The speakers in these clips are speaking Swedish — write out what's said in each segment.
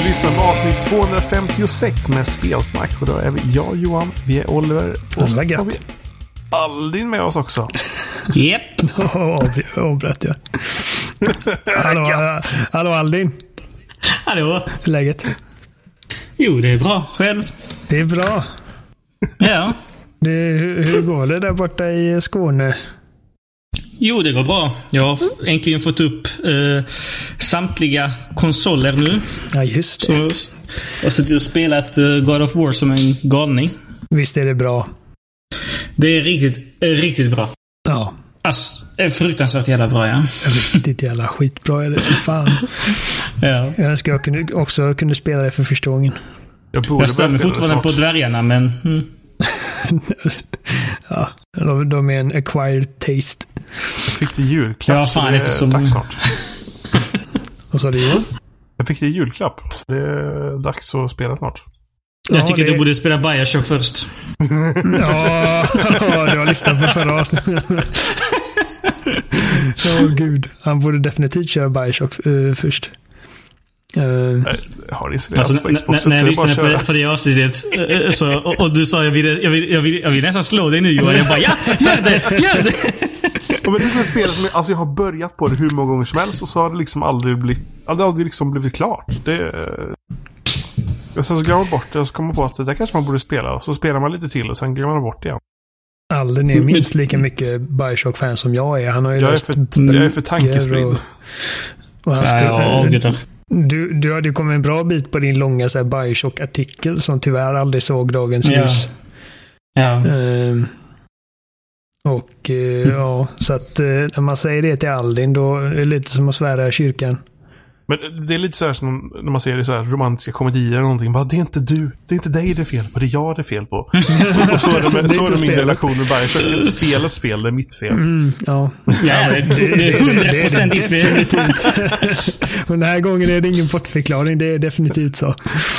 lyssnar på avsnitt 256 med spelsnack. Och då är vi jag, Johan, vi är Oliver och har vi Aldin med oss också. Japp. Avbröt jag. Hallå Aldin. Hallå. Läget? Jo, det är bra. Själv? Det är bra. Ja. Hur går det där borta i Skåne? Jo, det går bra. Jag har äntligen fått upp samtliga konsoler nu. Ja, just det. Så jag har suttit och spelat God of War som en galning. Visst är det bra? Det är riktigt bra. Ja. Alltså, fruktansvärt jävla bra, ja. Riktigt jävla skitbra är det. Fan. Ja. Jag önskar jag också kunde spela det för första gången. Jag stämmer fortfarande på dvärgarna, men... Ja, de är en acquired taste. Jag fick det i julklapp. Ja, fan, det är så dags snart. Vad sa du, Johan? Jag fick det i julklapp. Så det är dags att spela snart. Jag tycker du borde spela Bioshock först. Ja, du har lyssnat på förra avsnittet. Gud. Han borde definitivt köra Bioshock först. Har installerat på Xboxen, när jag lyssnade på det avsnittet och du sa jag vill nästan slå dig nu, Johan. Jag bara, ja, gör det! Men det är som ett spel som jag har börjat på det hur många gånger som helst och så har det liksom aldrig blivit klart. Och sen så glömmer man bort det och så kommer man på att det där kanske man borde spela och så spelar man lite till och sen glömmer man bort det igen. Alden är minst lika mycket Bioshock-fan som jag är. Han har ju jag är för tankespridd. Och han du hade ju kommit en bra bit på din långa så här, Bioshock-artikel som tyvärr aldrig såg dagens ljus. Ja. Ja, så att när man säger det till Aldin då är det lite som att svära i kyrkan. Men det är lite så här som när man ser det så här romantiska komedier eller någonting. Bara, det är inte du, det är inte dig det är fel på, det är jag det är fel på. Och så är det min relation med Bioshock. Spel, det är mitt fel. Ja, det är 100% ditt fel. Och den här gången är det ingen bortförklaring, det är definitivt så.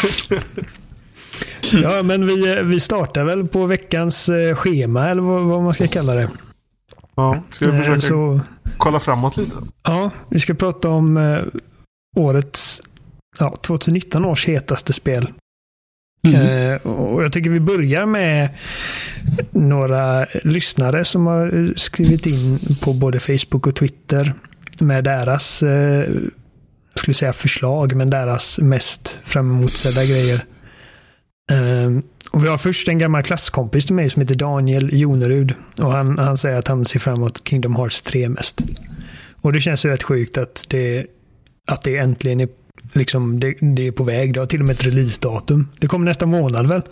Ja, men vi startar väl på veckans schema eller vad man ska kalla det. Ja, ska vi försöka kolla framåt lite? Ja, vi ska prata om årets 2019 års hetaste spel. Och jag tycker vi börjar med några lyssnare som har skrivit in på både Facebook och Twitter med deras skulle säga förslag, men deras mest fram emotsedda grejer. Och vi har först en gammal klasskompis till mig som heter Daniel Jonerud och han säger att han ser fram emot Kingdom Hearts 3 mest. Och det känns ju rätt sjukt att det äntligen är liksom, det är på väg. Det har till och med ett releasedatum. Det kommer nästa månad väl?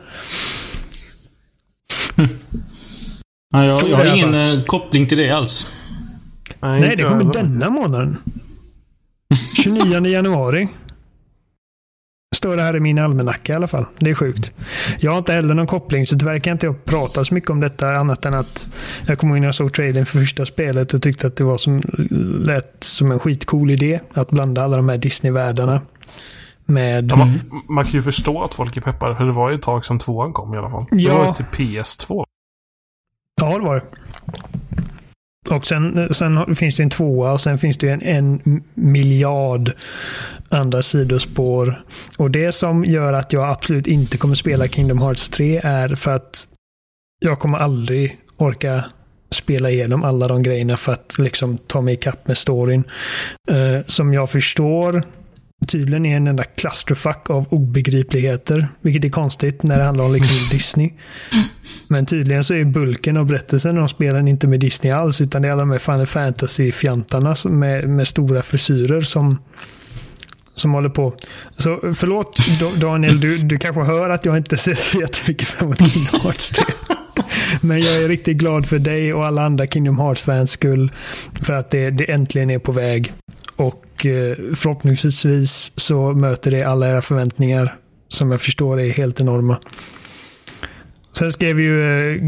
Ja, jag har ingen koppling till det alls. Nej, det kommer denna månaden. 29 januari. Står det här i min almanacka i alla fall. Det är sjukt. Jag har inte heller någon koppling så tyvärr kan inte jag prata så mycket om detta annat än att jag kom in och såg trailern för första spelet och tyckte att det var lät som en skitcool idé att blanda alla de här Disney-världarna med... Ja, man kan ju förstå att folk är peppar för det var ju ett tag sedan 2:an kom i alla fall. Det var ju till PS2. Ja, det var det. Och sen finns det en 2:a och sen finns det en miljard andra sidospår. Och det som gör att jag absolut inte kommer spela Kingdom Hearts 3 är för att jag kommer aldrig orka spela igenom alla de grejerna för att liksom ta mig ikapp med storyn. Som jag förstår tydligen är en enda clusterfuck av obegripligheter, vilket är konstigt när det handlar om liksom Disney. Men tydligen så är bulken av berättelsen de spelar inte med Disney alls, utan det är alla de här Final Fantasy-fjantarna med stora frisyrer som håller på. Så förlåt Daniel, du kanske hör att jag inte ser jättemycket fram emot Kingdom Hearts 3. Men jag är riktigt glad för dig och alla andra Kingdom Hearts-fans skull för att det äntligen är på väg. Och förhoppningsvis så möter det alla era förväntningar som jag förstår är helt enorma. Sen skrev ju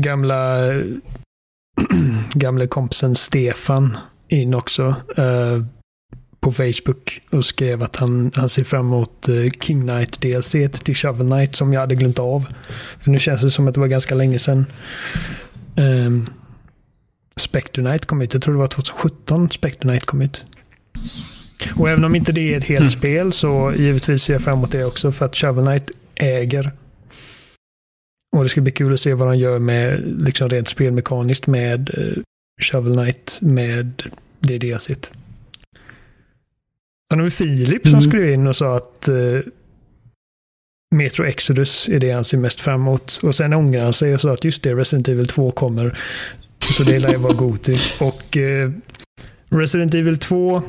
gamla kompisen Stefan in också på Facebook och skrev att han ser fram emot King Knight DLC till Shovel Knight som jag hade glömt av. För nu känns det som att det var ganska länge sedan Spectre Knight kom ut. Jag tror det var 2017 Spectre Knight kom ut. Och även om inte det är ett helt spel så givetvis ser jag fram emot det också för att Shovel Knight äger. Och det ska bli kul att se vad de gör med liksom rent spelmekaniskt med Shovel Knight med det DLC:t. Sen har vi Filip som skrev in och sa att Metro Exodus är det han ser mest fram emot. Och sen ångrar han sig och sa att just det, Resident Evil 2 kommer. Så det lär ju vara Goti. Och Resident Evil 2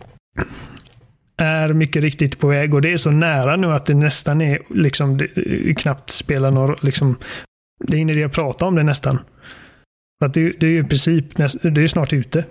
är mycket riktigt på väg och det är så nära nu att det nästan är liksom det knappt spelar någon liksom, det är inne det jag pratar om det nästan. Att det är ju i princip det är snart ute.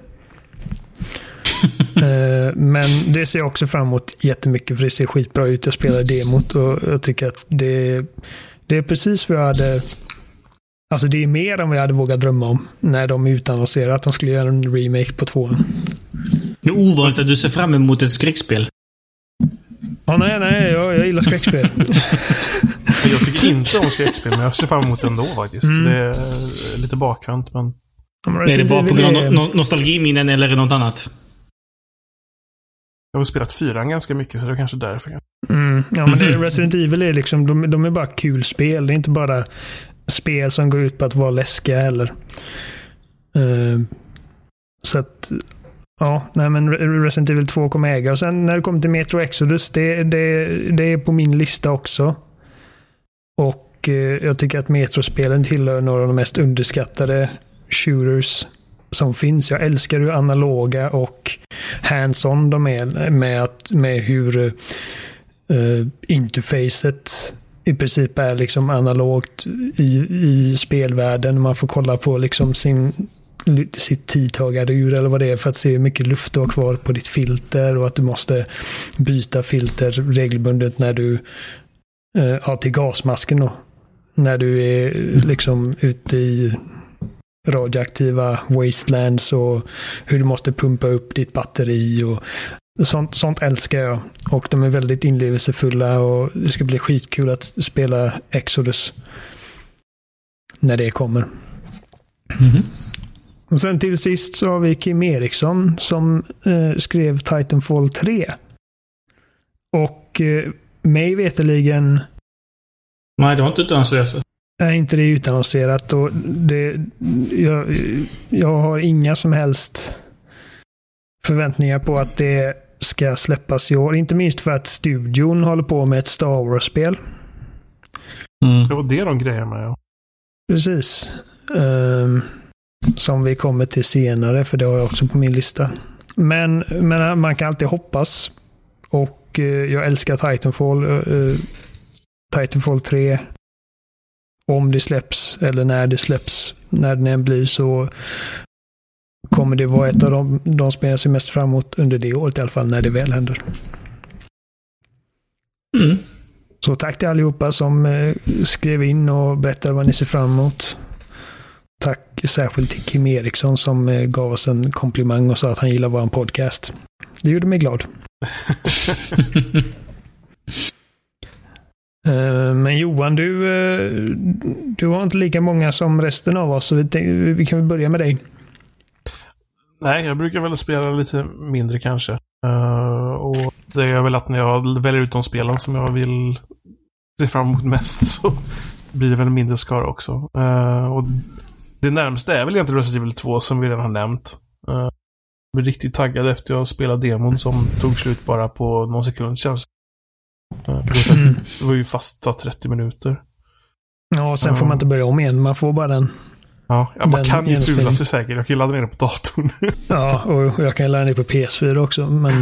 Men det ser jag också fram emot jättemycket för det ser skitbra ut. Jag spelar demot och jag tycker att det är precis vad jag hade, alltså det är mer än vad jag hade vågat drömma om när de utannonserade att de skulle göra en remake på 2. Det är ovanligt att du ser fram emot ett skräckspel. Ja, nej, jag gillar skräckspel. Jag tycker inte om skräckspel, men jag ser fram emot det ändå faktiskt. Det är lite bakvänt, men... Är det bara på grund av nostalgiminnen eller är det något annat? Jag har spelat 4 ganska mycket, så det är kanske därför. Ja, men Resident Evil är liksom, de är bara kul spel. Det är inte bara spel som går ut på att vara läskiga heller. Så att... Ja, nej, men Resident Evil 2 kommer äga. Och sen när det kommer till Metro Exodus, det är på min lista också. Och jag tycker att Metro-spelen tillhör några av de mest underskattade shooters som finns. Jag älskar hur analoga och hands-on de är med hur interfacet i princip är liksom analogt i spelvärlden. Man får kolla på liksom sitt tidtagarur eller vad det är för att se hur mycket luft du har kvar på ditt filter och att du måste byta filter regelbundet när du till gasmasken då. När du är liksom ute i radioaktiva wastelands och hur du måste pumpa upp ditt batteri och sånt älskar jag. Och de är väldigt inlevelsefulla och det ska bli skitkul att spela Exodus när det kommer. Och sen till sist så har vi Kim Eriksson som skrev Titanfall 3. Och mig veteligen... Nej, det har inte utannonserat. Är inte det utannonserat och jag har inga som helst förväntningar på att det ska släppas i år. Inte minst för att studion håller på med ett Star Wars-spel. Det var det de grejer med, ja. Precis. Som vi kommer till senare, för det har jag också på min lista. Men man kan alltid hoppas. Och jag älskar Titanfall 3. Om det släpps, eller när det släpps, när det än blir, så kommer det vara ett av de spel jag ser mest fram emot under det året i alla fall, när det väl händer. Så tack till allihopa som skrev in och berättade vad ni ser fram emot. Tack särskilt till Kim Eriksson som gav oss en komplimang och sa att han gillar vår podcast. Det gjorde mig glad. Men Johan, du har inte lika många som resten av oss, så vi kan väl börja med dig. Nej, jag brukar väl spela lite mindre kanske. Och det är väl att när jag väljer ut de spelen som jag vill se fram emot mest, så blir det väl mindre skara också. Och det närmaste är väl egentligen Resident Evil 2 som vi redan har nämnt. Jag blev riktigt taggad efter jag spelade demon som tog slut bara på någon sekund känns. Det var ju fasta 30 minuter. Ja, och sen får man inte börja om igen. Man får bara den. Ja, man kan ju fula sig säkert. Jag kan ladda ner det på datorn. Ja, och jag kan ladda ner på PS4 också. Men...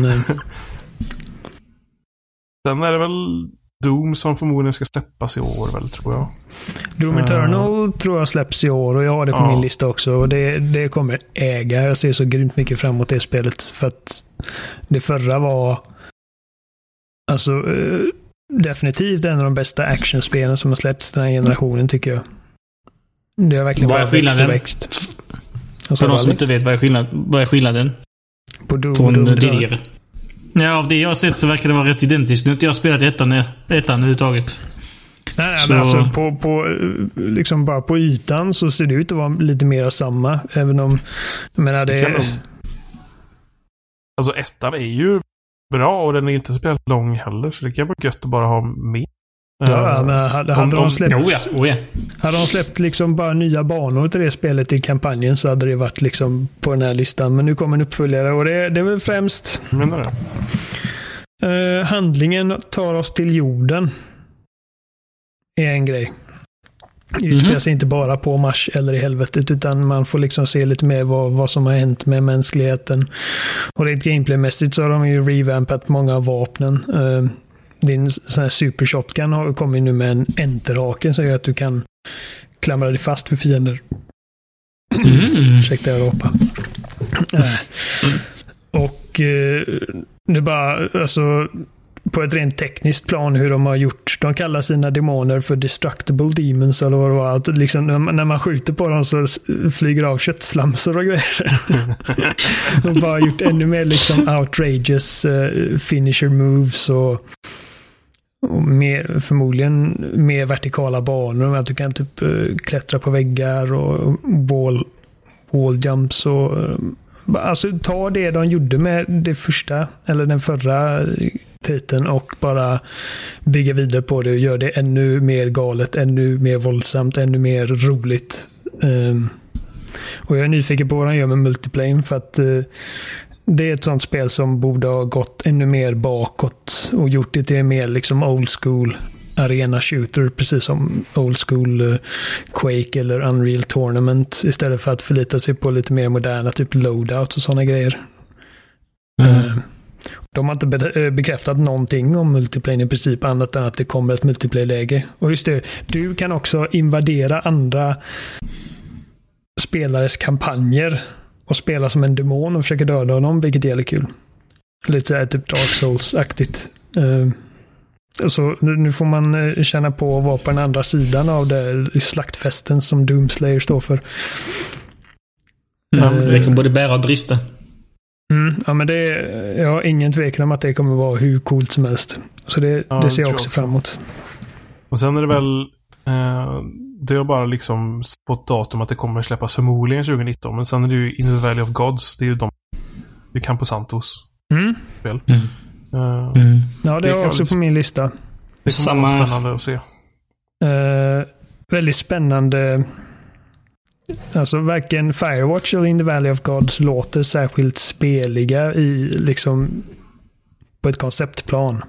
Sen är det väl Doom som förmodligen ska släppas i år väl, tror jag. Doom Eternal tror jag släpps i år och jag har det på min lista också. Och det kommer äga. Jag ser så grymt mycket fram emot det spelet. För att det förra var alltså definitivt en av de bästa actionspelen som har släppts den här generationen, tycker jag. Det har verkligen växt. För de som inte vet, vad är skillnaden? På Doom, från Doom tidigare? Ja, av det jag har sett så verkar det vara rätt identiskt. Nu har inte jag spelat ettan överhuvudtaget. Nej, men alltså på liksom bara på ytan så ser det ut att vara lite mer samma. Även om, jag menar det... Alltså ettan är ju bra och den är inte speciellt lång heller. Så det kan vara gött att bara ha med. Ja, men hade de släppt... Oh ja. Hade de släppt liksom bara nya banor till det spelet i kampanjen så hade det varit liksom på den här listan. Men nu kommer en uppföljare och det är väl främst... Menar det? Handlingen tar oss till jorden. Är en grej. Det utspelar sig inte bara på Mars eller i helvetet utan man får liksom se lite mer vad som har hänt med mänskligheten. Och rent gameplaymässigt så har de ju revampat många av vapnen. Din sån här super shotgun har kommit nu med en enterhake som gör att du kan klamra dig fast vid fiender. Ursäkta, jag ropar. Och nu bara, alltså på ett rent tekniskt plan hur de har gjort. De kallar sina demoner för destructible demons eller vad det var. Att liksom, när man skjuter på dem så flyger av köttslamsor och grejer. De bara gjort ännu mer liksom outrageous finisher moves och mer, förmodligen mer vertikala banor. Att du kan typ klättra på väggar och wall jumps och alltså ta det de gjorde med det första eller den förra titeln och bara bygga vidare på det och göra det ännu mer galet, ännu mer våldsamt, ännu mer roligt. Och jag är nyfiken på vad de gör med multiplayer för att det är ett sånt spel som borde ha gått ännu mer bakåt och gjort det till mer liksom old school arena shooter, precis som old school Quake eller Unreal Tournament istället för att förlita sig på lite mer moderna typ loadout och sådana grejer. De har inte bekräftat någonting om multiplayer i princip annat än att det kommer ett multiplayer-läge. Och just det, du kan också invadera andra spelares kampanjer och spela som en demon och försöka döda honom, vilket är jävligt kul. Lite så här typ Dark Souls-aktigt. Så nu får man känna på att vara på den andra sidan av det slaktfesten som Doomslayer står för. Det kan både bära och brista. Ja, men jag har ingen tvekan om att det kommer vara hur coolt som helst. Så det ser jag också fram emot. Och sen är det väl det har bara liksom fått datum att det kommer släppas förmodligen 2019. Men sen är det ju In the Valley of Gods. Det är ju det är Campo Santos spel. Ja, det är också på min lista. Det kommer vara spännande att se. Väldigt spännande. Alltså varken Firewatch eller In the Valley of Gods låter särskilt speliga i liksom på ett konceptplan.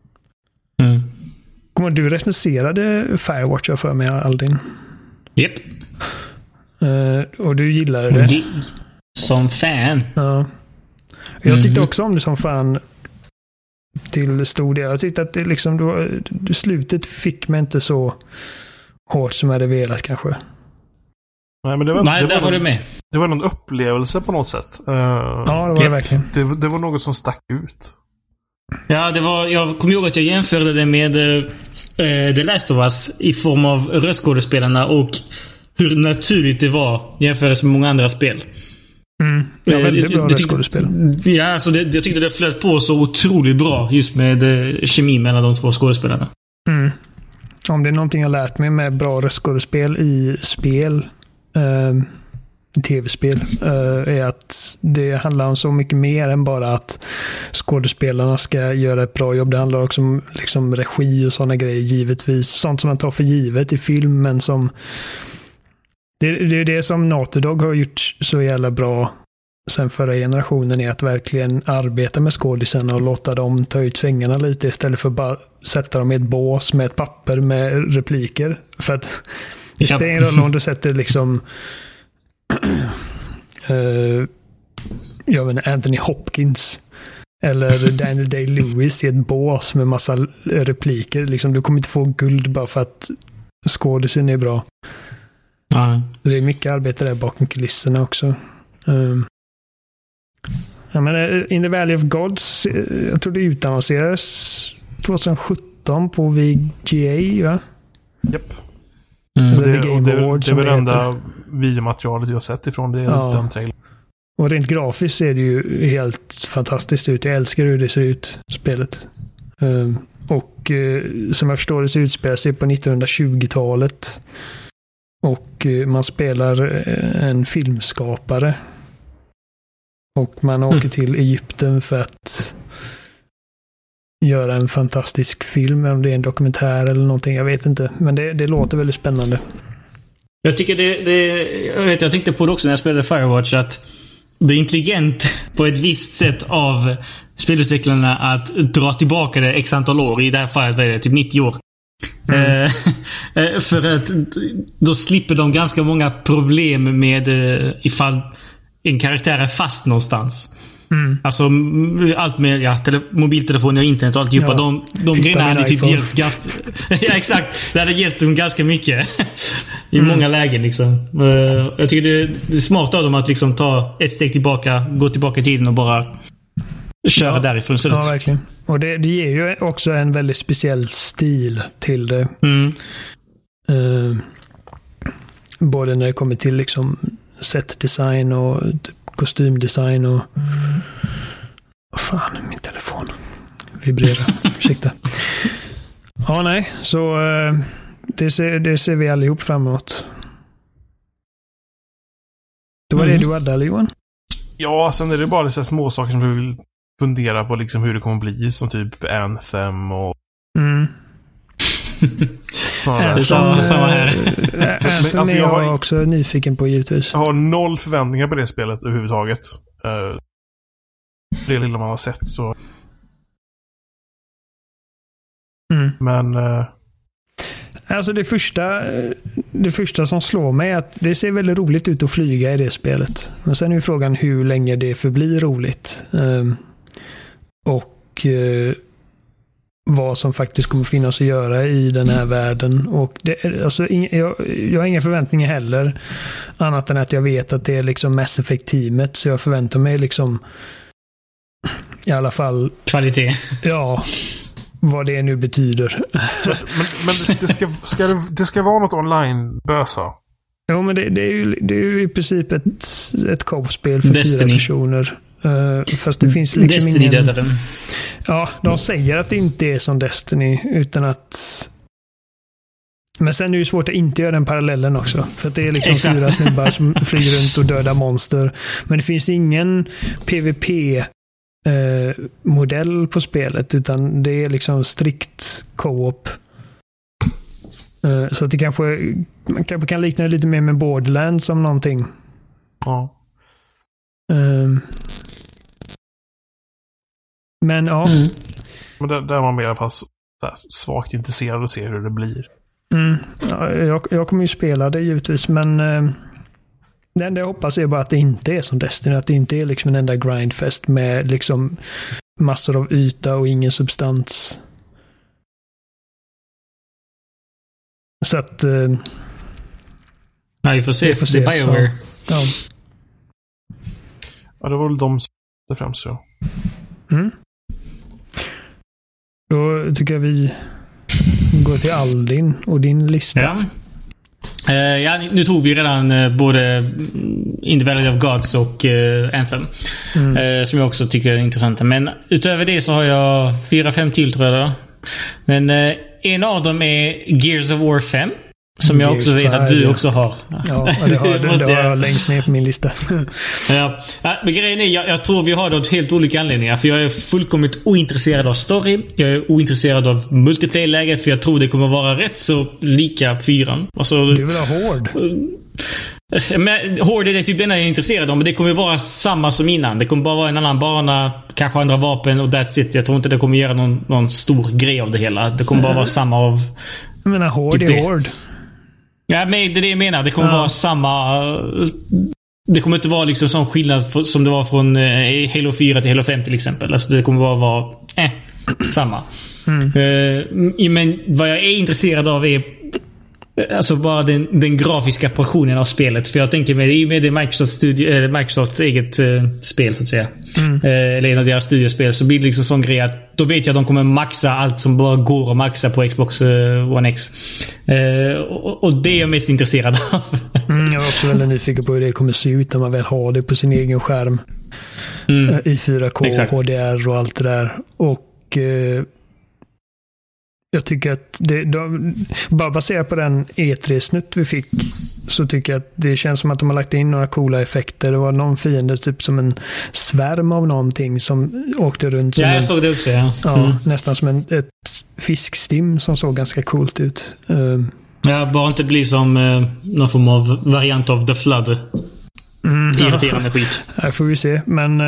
Kommer du recenserade Firewatch för mig, Aldin? Japp. Och du gillade det? Som fan. Ja. Jag tyckte också om det som fan till stor del. Jag tyckte att det liksom slutet fick mig inte så hårt som jag hade velat kanske. Nej, men det var det med. Det var någon upplevelse på något sätt. Ja, det var det verkligen. Det var något som stack ut. Ja, jag kommer ihåg att jag jämförde det med The Last of Us i form av röstskådespelarna och hur naturligt det var jämfört med många andra spel. Ja, väldigt bra röstskådespel. Ja, alltså jag tyckte det flöt på så otroligt bra just med kemi mellan de två skådespelarna. Om det är någonting jag lärt mig med bra röstskådespel i spel, tv-spel, är att det handlar om så mycket mer än bara att skådespelarna ska göra ett bra jobb. Det handlar också om liksom regi och sådana grejer, givetvis. Sånt som man tar för givet i film, men som det är det som Naughty Dog har gjort så jävla bra sen förra generationen, är att verkligen arbeta med skådisarna och låta dem ta ut svängarna lite istället för bara sätta dem i ett bås med ett papper med repliker. För att det spelar ingen roll om du sätter liksom jag vet inte, Anthony Hopkins eller Daniel Day-Lewis i ett bås med massa repliker. Liksom, du kommer inte få guld bara för att skådisen är bra. Det är mycket arbete där bakom kulisserna också. Jag menar, In the Valley of Gods, jag tror det utannonserades 2017 på VGA, va? Japp. The Game Awards, det är väl det enda videomaterialet jag har sett ifrån det, den trailern. Och rent grafiskt ser det ju helt fantastiskt ut. Jag älskar hur det ser ut, spelet. Och som jag förstår det så utspelar sig på 1920-talet. Och man spelar en filmskapare. Och man åker till Egypten för att göra en fantastisk film, om det är en dokumentär eller någonting, jag vet inte. Men det låter väldigt spännande. Jag tycker jag tänkte på det också när jag spelade Firewatch, att det är intelligent på ett visst sätt av spelutvecklarna att dra tillbaka det x antal år. I det här fallet är det typ 90 år. För att då slipper de ganska många problem med ifall en karaktär är fast någonstans. Alltså allt med mobiltelefon och internet och alltihopa. De grejerna hade typ hjälpt ganska... Ja, exakt. Det hade hjälpt dem ganska mycket. I många lägen liksom. Jag tycker det är smart av dem att liksom ta ett steg tillbaka, gå tillbaka i tiden och bara köra därifrån. Ja, verkligen. Och det ger ju också en väldigt speciell stil till det. Både när det kommer till liksom setdesign och kostymdesign och... Fan, min telefon vibrerar. Ursäkta. Ja, nej. Så det ser vi allihop framåt. Det var det du hade, Johan? Ja, sen är det bara så små saker som vi vill fundera på liksom hur det kommer bli, som typ Anthem och... Det samma här. Alltså, jag är också nyfiken på, givetvis. Jag har 0 förväntningar på det spelet överhuvudtaget. Det lilla man har sett så. Men alltså det första som slår mig är att det ser väldigt roligt ut att flyga i det spelet. Men sen är ju frågan hur länge det förblir roligt. Och vad som faktiskt kommer finnas att göra i den här världen. Och alltså, jag har inga förväntningar heller, annat än att jag vet att det är liksom Mass Effect-teamet, så jag förväntar mig liksom i alla fall kvalitet. Ja, vad det nu betyder. Men det ska vara något online-bösa. Jo, men det är ju i princip ett co-spel för Destiny. 4 personer. Fast det finns liksom Destiny-dödaren. Ja, de säger att det inte är som Destiny, utan att... Men sen är det ju svårt att inte göra den parallellen också. För att det är liksom 4 snubbar som flyger runt och dödar monster. Men det finns ingen PvP-modell på spelet, utan det är liksom strikt co-op. Så att det man kanske kan likna det lite mer med Borderlands som någonting. Ja. Men ja. Men där var man i alla fall svagt intresserad att se hur det blir. Ja, jag kommer ju spela det givetvis, men det enda jag hoppas är bara att det inte är som Destiny, att det inte är liksom en enda grindfest med liksom massor av yta och ingen substans. Så att vi får se. Det är BioWare. Ja, det var väl de som det främst så. Då tycker jag vi går till Aldin och din lista. Ja, nu tog vi redan både In the Valley of Gods och Anthem. Som jag också tycker är intressanta. Men utöver det så har jag 4-5 till, tror jag. Men en av dem är Gears of War 5. Som jag också vet att du också har. Ja, det har jag längst ner på min lista. Ja, men grejen är, jag tror vi har det åt helt olika anledningar. För jag är fullkomligt ointresserad av story. Jag är ointresserad av multiplayer-läget. För jag tror det kommer vara rätt så lika 4. Alltså, du vill ha hård. Men hård är det typ den jag är intresserad av. Men det kommer vara samma som innan. Det kommer bara vara en annan bana, kanske andra vapen och that's it. Jag tror inte det kommer göra någon stor grej av det hela. Det kommer bara vara samma av... Jag menar, hård typ är hård. Ja, men det är det jag menar. Det kommer vara samma... Det kommer inte vara liksom sån skillnad som det var från Halo 4 till Halo 5 till exempel. Alltså det kommer bara vara samma. Men vad jag är intresserad av är alltså bara den grafiska portionen av spelet. För jag tänker mig, det är ju med det Microsofts eget spel så att säga. Eller en av deras studiospel, så blir det liksom sån grej att då vet jag att de kommer maxa allt som bara går att maxa på Xbox One X. Och det är jag mest intresserad av. Jag var också väldigt nyfiken på hur det kommer se ut när man väl har det på sin egen skärm. I 4K, exakt. HDR och allt det där. Och jag tycker att bara baserat på den E3-snutt vi fick, så tycker jag att det känns som att de har lagt in några coola effekter. Det var någon fiende, typ som en svärm av någonting som åkte runt. Som jag såg det också, nästan som ett fiskstim som såg ganska coolt ut. Ja, bara inte bli som någon form av variant av The Flood. Irriterande skit. Det får vi se. Men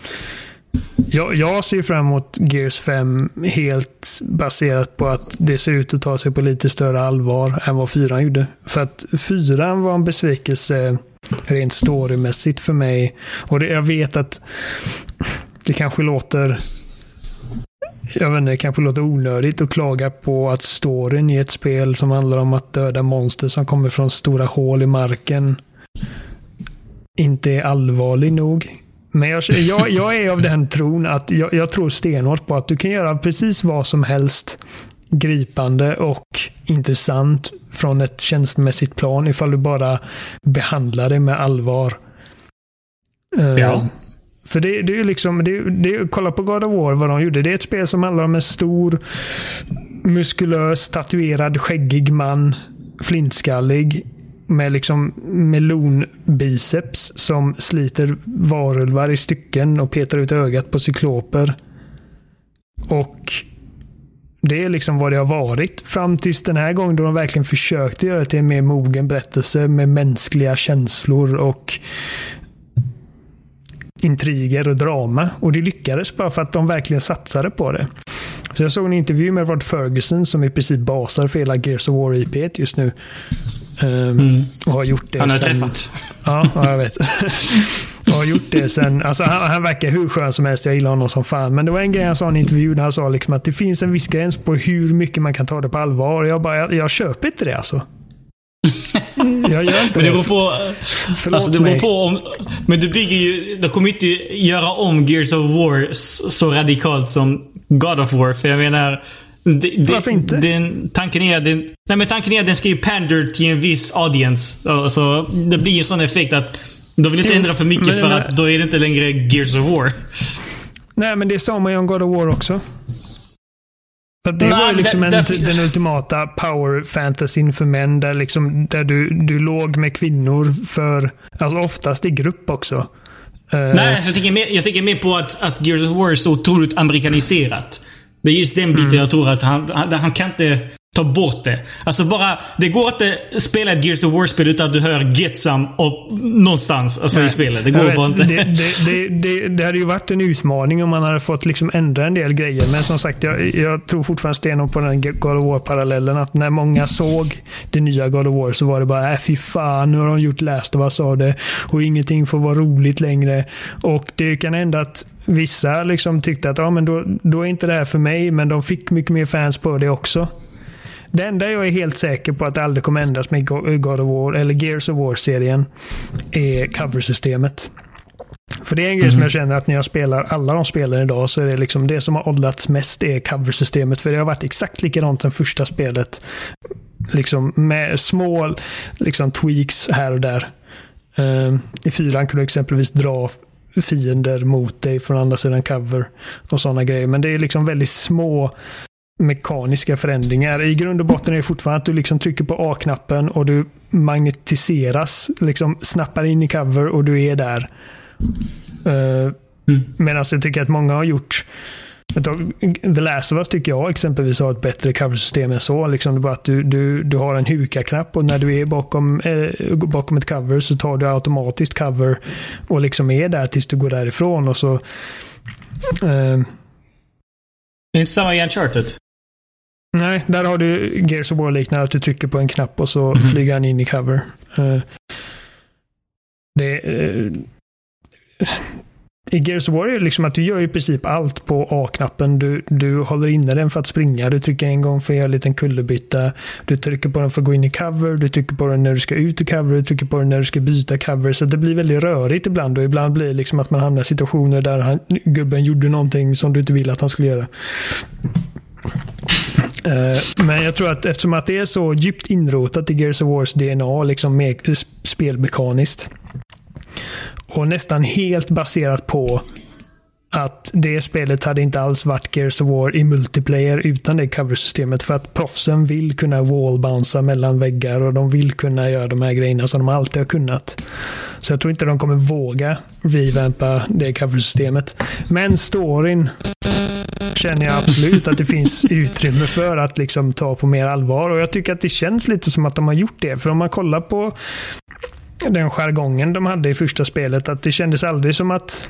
jag ser fram emot Gears 5 helt baserat på att det ser ut att ta sig på lite större allvar än vad 4 gjorde. För att 4 var en besvikelse rent storymässigt för mig. Och jag vet att det kanske låter onödigt att klaga på att storyn i ett spel som handlar om att döda monster som kommer från stora hål i marken inte är allvarlig nog. Men jag är av den tron att jag tror stenhårt på att du kan göra precis vad som helst gripande och intressant från ett känslomässigt plan ifall du bara behandlar det med allvar. Ja. För det är ju liksom, kolla på God of War vad de gjorde. Det är ett spel som handlar om en stor, muskulös, tatuerad, skäggig man, flintskallig, med liksom melonbiceps som sliter varulvar i stycken och petar ut ögat på cykloper. Och det är liksom vad det har varit fram tills den här gången då de verkligen försökte göra det till en mer mogen berättelse med mänskliga känslor och intriger och drama. Och det lyckades bara för att de verkligen satsade på det. Så jag såg en intervju med Rod Ferguson som i princip basar för hela Gears of War IP just nu. Och har gjort det. Han har träffat. Ja, jag vet. Och har gjort det sen. Alltså han verkar hur skön som helst. Jag gillar honom som fan. Men det var en grej han sa i en intervju där han sa liksom att det finns en viss gräns på hur mycket man kan ta det på allvar. Jag köper inte det alltså. Jag gör inte men det beror på. Alltså det beror på om. Men du bygger ju. Du kommer inte göra om Gears of War så radikalt som God of War. För jag menar. Varför inte? Tanken är att den ska ju pander till en viss audience. Så det blir en sån effekt att de vill inte ändra för mycket för att då är det inte längre Gears of War. Nej, men det sa man ju om God of War också. För det var ju liksom den ultimata power fantasyn för män där du låg med kvinnor för, alltså oftast i grupp också. Nej, alltså jag tycker mer på att Gears of War är så otroligt amerikaniserat. Det är just den biten jag tror att han kan inte ta bort det. Alltså bara, det går inte spela ett Gears of War-spel utan att du hör Get Some någonstans alltså i spelet. Det går bara inte. Det hade ju varit en utmaning om man hade fått liksom ändra en del grejer. Men som sagt, jag tror fortfarande stenhårt på den God of War-parallellen. Att när många såg det nya God of War så var det bara, fy fan, nu har de gjort Last of Us av det. Och ingenting får vara roligt längre. Och det kan hända att vissa liksom tyckte att men då är inte det här för mig. Men de fick mycket mer fans på det också. Det enda jag är helt säker på att det aldrig kommer ändras med God of War eller Gears of War-serien är coversystemet. För det är en grej som jag känner att när jag spelar alla de spelar idag så är det liksom det som har åldrats mest är coversystemet. För det har varit exakt likadant som första spelet. Liksom med små liksom tweaks här och där. I 4 kan du exempelvis dra fiender mot dig från andra sidan cover och sådana grejer. Men det är liksom väldigt små mekaniska förändringar. I grund och botten är det fortfarande att du liksom trycker på A-knappen och du magnetiseras, liksom snappar in i cover och du är där. Medan jag tycker att många har gjort The Last of Us tycker jag exempelvis har ett bättre coversystem än så. Liksom det är bara att du har en huka-knapp och när du är bakom ett cover så tar du automatiskt cover och liksom är där tills du går därifrån och så det är inte samma i Uncharted. Nej, där har du Gears of War liknande att du trycker på en knapp och så flyger han in i cover. I Gears of War är det liksom att du gör i princip allt på A-knappen. Du håller inne den för att springa. Du trycker en gång för att göra en liten kullerbytta. Du trycker på den för att gå in i cover. Du trycker på den när du ska ut i cover. Du trycker på den när du ska byta cover. Så det blir väldigt rörigt ibland. Och ibland blir det liksom att man hamnar i situationer där gubben gjorde någonting som du inte vill att han skulle göra. Men jag tror att eftersom att det är så djupt inrotat i Gears of Wars DNA liksom med spelmekaniskt och nästan helt baserat på att det spelet hade inte alls varit Gears of War i multiplayer utan det coversystemet, för att proffsen vill kunna wallbouncea mellan väggar och de vill kunna göra de här grejerna som de alltid har kunnat. Så jag tror inte de kommer våga revampa det coversystemet. Men storyn känner jag absolut att det finns utrymme för att liksom ta på mer allvar, och jag tycker att det känns lite som att de har gjort det. För om man kollar på den jargongen de hade i första spelet, att det kändes aldrig som att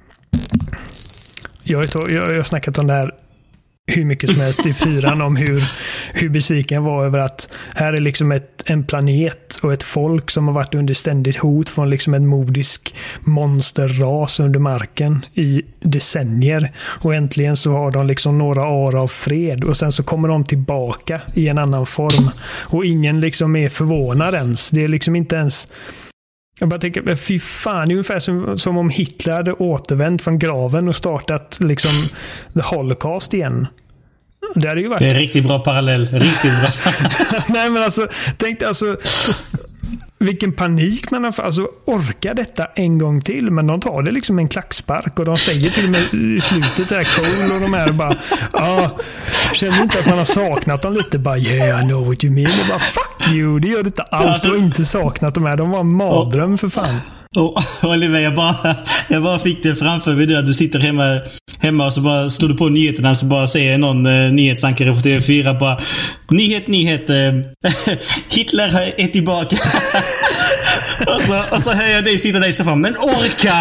jag har snackat om det här hur mycket som helst i 4 om hur besviken jag var över att här är liksom en planet och ett folk som har varit under ständigt hot från liksom en modisk monsterras under marken i decennier, och äntligen så har de liksom några år av fred, och sen så kommer de tillbaka i en annan form och ingen liksom är förvånad ens. Det är liksom inte ens. Jag bara tänker, fy fan, det är ungefär som om Hitler hade återvänt från graven och startat liksom the Holocaust igen. Det hade ju varit. Det är en riktigt bra parallell. Riktigt bra. Nej, men alltså, tänk alltså vilken panik man har. Alltså, orkar detta en gång till, men de tar det liksom en klackspark och de säger till och med i slutet så här Cole och de här bara, känner inte att man har saknat dem lite, bara yeah, I know what you mean, och bara fuck you, det gör det inte alls, och inte saknat dem här, de var en mardröm för fan. Oliver, jag bara fick det framför mig, att du sitter hemma och så bara slår du på nyheterna, så bara säger någon nyhetsankare på TV4 bara nyhet Hitler är tillbaka. och så hör jag dig sitta där i soffan, men orka.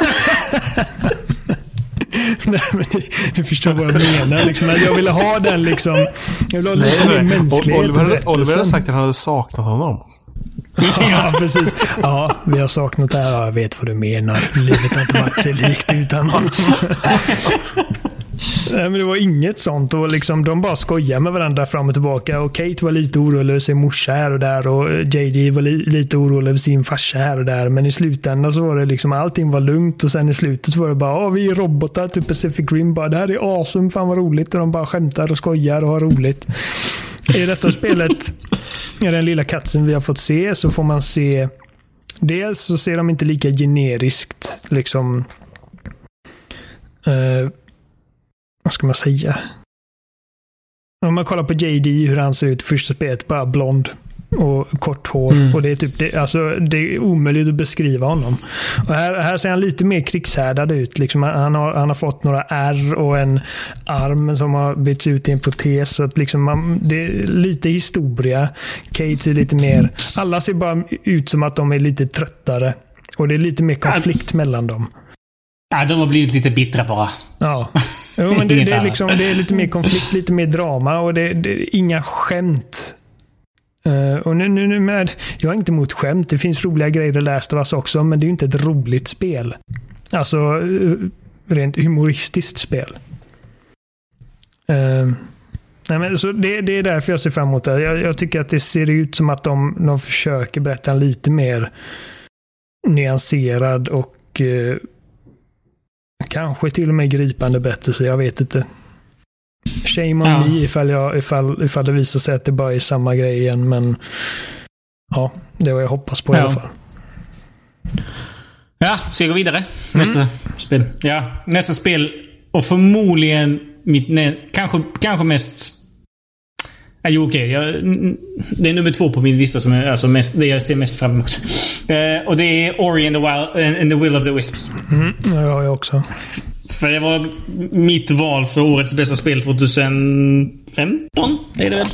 Nej, men du förstår vad jag menar liksom, att jag ville ha den liksom, jag ville ha lite mer mänsklighet. Oliver hade sagt att han hade saknat honom. Ja, precis. Ja, vi har saknat det här. Ja, jag vet vad du menar. Livet har inte varit så likt utan oss. Nej, men det var inget sånt, och liksom de bara skojar med varandra fram och tillbaka, och Kate var lite orolig över sin morsa här och där, och JD var lite orolig över sin farsa här och där, men i slutändan så var det liksom allting var lugnt, och sen i slutet så var det bara vi är robotar typ Pacific Rim, bara det här är awesome, fan vad roligt, och de bara skämtar och skojar och har roligt. I detta spelet, i den lilla katsen vi har fått se, så får man se, dels så ser de inte lika generiskt liksom vad ska man säga, om man kollar på JD hur han ser ut i första spelet, bara blond och kort hår, och det är typ det är omöjligt att beskriva honom. Och här ser han lite mer krigshärdad ut liksom, han har fått några ärr och en arm som har bytts ut i en protes, så att liksom det är lite historia. Kate ser lite mer, alla ser bara ut som att de är lite tröttare, och det är lite mer konflikt mellan dem. Ja, de har blivit lite bittra bara. Ja. Jo, men det är liksom, det är lite mer konflikt, lite mer drama, och det är inga skämt. Och nu med, jag är inte emot skämt, det finns roliga grejer att läsa av oss också, men det är ju inte ett roligt spel. Alltså rent humoristiskt spel. Nej, men så det är därför jag ser fram emot det. Jag tycker att det ser ut som att de försöker berätta en lite mer nyanserad och kanske till och med gripande berättelse, jag vet inte. Shame on me ifall det visar sig att det bara är samma grej igen, men ja, det var jag hoppas på i alla fall. Ja, ska jag gå vidare? Nästa spel. Ja, nästa spel, och förmodligen kanske mest. Okej. Det är nummer 2 på min lista som är alltså mest, det jag ser mest fram emot. Och det är Ori and the Will of the Wisps. Ja, jag också. För det var mitt val för årets bästa spel 2015, är det väl?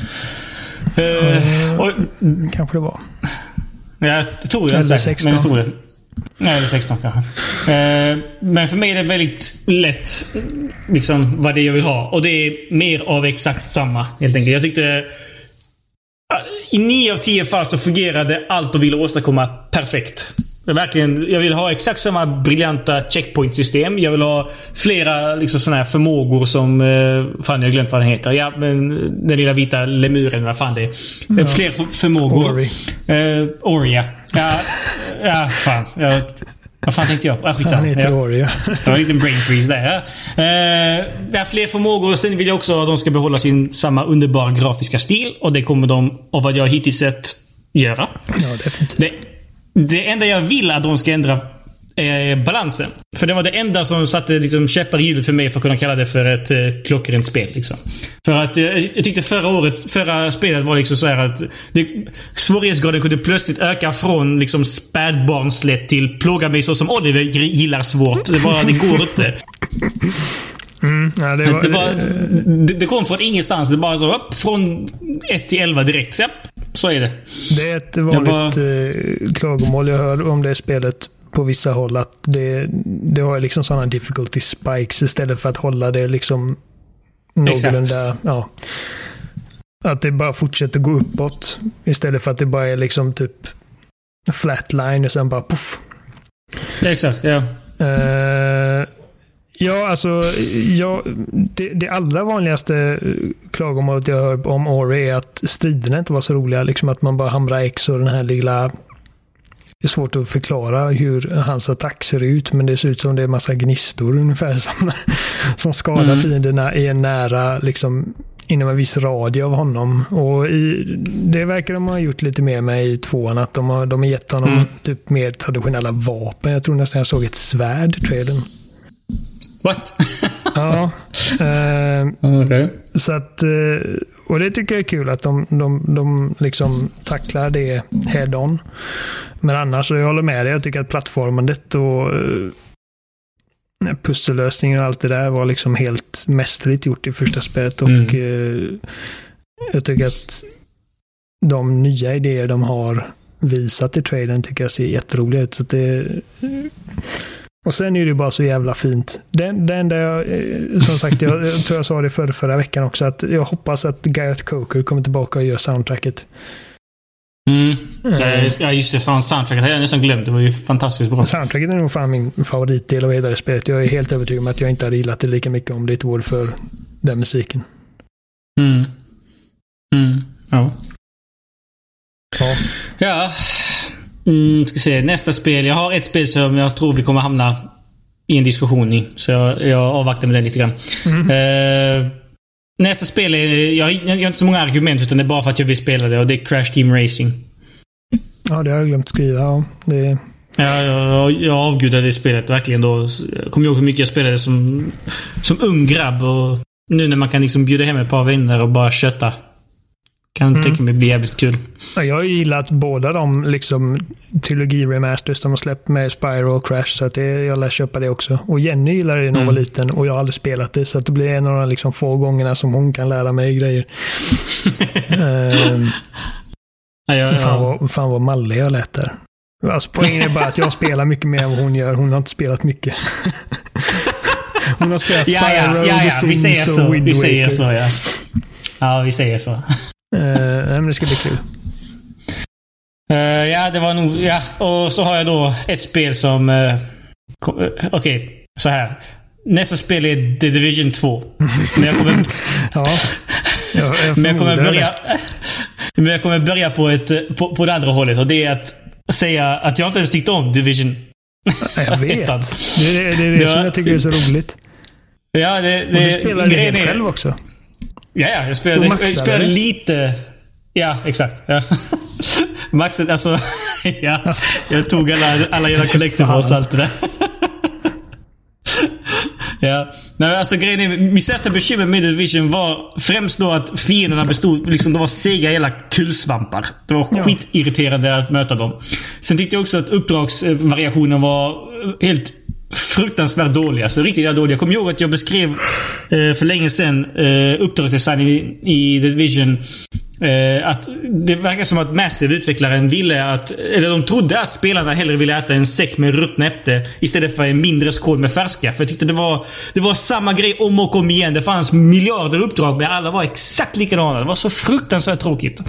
Kanske det var. Ja, det tror jag säkert, men jag tror det. Nej, eller 16 kanske. Men för mig är det väldigt lätt liksom vad det jag vill ha. Och det är mer av exakt samma, helt enkelt. Jag tyckte i 9 av 10 fall så fungerade allt och ville åstadkomma perfekt. Verkligen, jag vill ha exakt samma briljanta checkpoint-system. Jag vill ha flera liksom såna här förmågor som fan, jag har glömt vad den heter. Ja, men den lilla vita lemuren, vad fan det är. Ja. Fler förmågor. Ori. Ja, fan. Vad fan tänkte jag? Han heter Ori. Det var en liten brain freeze där. Ja, fler förmågor. Sen vill jag också att de ska behålla sin samma underbara grafiska stil. Och det kommer de, av vad jag hittills sett, göra. Ja, definitivt. Det enda jag vill att de ska ändra balansen. För det var det enda som satte liksom käppar i hjulet för mig för att kunna kalla det för ett klockrent spel. Liksom. För att jag tyckte förra spelet var liksom så här att svårighetsgraden kunde plötsligt öka från liksom spädbarnslätt till plåga mig så som Oliver gillar svårt. Det går inte. Ja, det kom från ingenstans. Det bara så upp från 1 till 11 direkt. Så, ja, så är det. Det är ett vanligt klagomål jag hör om det spelet på vissa håll, att det har liksom sådana difficulty spikes istället för att hålla det liksom någorlunda, ja, att det bara fortsätter gå uppåt istället för att det bara är liksom typ flatline och sen bara puff. Exakt, ja. Ja, alltså det allra vanligaste klagomålet jag hör om Ori är att striderna inte var så roliga. Liksom att man bara hamrar X och den här lilla... Det är svårt att förklara hur hans attack ser ut, men det ser ut som det är massa gnistor ungefär som skadar fienderna i en nära, liksom inom en viss radie av honom. Och det verkar de ha gjort lite mer med i 2:an, att de har gett honom typ mer traditionella vapen. Jag tror nästan jag såg ett svärd i trailern. What? Ja. Okay. Så att, och det tycker jag är kul att de liksom tacklar det head on. Men annars, jag håller med dig, jag tycker att plattformandet och pussellösningen och allt det där var liksom helt mästerligt gjort i första spelet. Och jag tycker att de nya idéer de har visat i trailern tycker jag ser jätteroliga ut. Så att och sen är det bara så jävla fint. Det enda jag, som sagt, jag tror jag sa det förra veckan också, att jag hoppas att Gareth Coker kommer tillbaka och gör soundtracket. Ja, just det. Fan, soundtracket hade jag nästan glömt. Det var ju fantastiskt bra. Soundtracket är nog fan min favoritdel av hela det spelet. Jag är helt övertygad om att jag inte hade gillat det lika mycket om det inte vore för den musiken. Ja. Ska se. Nästa spel. Jag har ett spel som jag tror vi kommer hamna i en diskussion i. Så jag avvaktar med den lite grann. Nästa spel är... Jag har inte så många argument, utan det är bara för att jag vill spela det. Och det är Crash Team Racing. Ja, det har jag glömt skriva. Ja, jag avgudade det spelet verkligen då. Jag kommer ihåg hur mycket jag spelade som ung grabb. Och nu när man kan liksom bjuda hem ett par vänner och bara kötta. Kan tänka mig bli jävligt kul. Ja, jag har gillat båda de liksom trilogi-remasters de har släppt med Spyro och Crash, så att jag lär köpa det också. Och Jenny gillar det när hon var liten och jag har aldrig spelat det, så att det blir en av de liksom få gångerna som hon kan lära mig grejer. Fan vad mallig jag lät där. Alltså, poängen är bara att jag spelar mycket mer än vad hon gör. Hon har inte spelat mycket. Hon har spelat Spyro, vi säger så. Vi säger så, ja. Ja, vi säger så. Men det ska bli kul. Ja, det var nog... Ja, och så har jag då ett spel som... Okej, så här. Nästa spel är The Division 2. Men jag kommer... Men jag kommer börja på det andra hållet. Och det är att säga att jag inte ens tyckte om Division. Jag vet. Det är det som jag tycker är så roligt. Ja, och du spelar det själv också. Ja, jag spelade lite... Ja, exakt. Ja. Maxet, alltså... Ja, jag tog alla jävla collectibles och allt det där. Ja. Nej, alltså grejen är, min största bekymmer med Division var främst då att fienderna bestod, liksom, de var sega jävla kulsvampar. Det var skitirriterande att möta dem. Sen tyckte jag också att uppdragsvariationen var helt fruktansvärt dåliga. Alltså riktigt dåliga. Jag kommer ihåg att jag beskrev för länge sedan uppdragsdesign i The Division, att det verkar som att Massive, utvecklaren, ville att, eller de trodde att spelarna hellre ville äta en säck med ruttna äpple istället för en mindre skål med färska. För jag tyckte det var samma grej om och om igen. Det fanns miljarder uppdrag, men alla var exakt likadana. Det var så fruktansvärt tråkigt.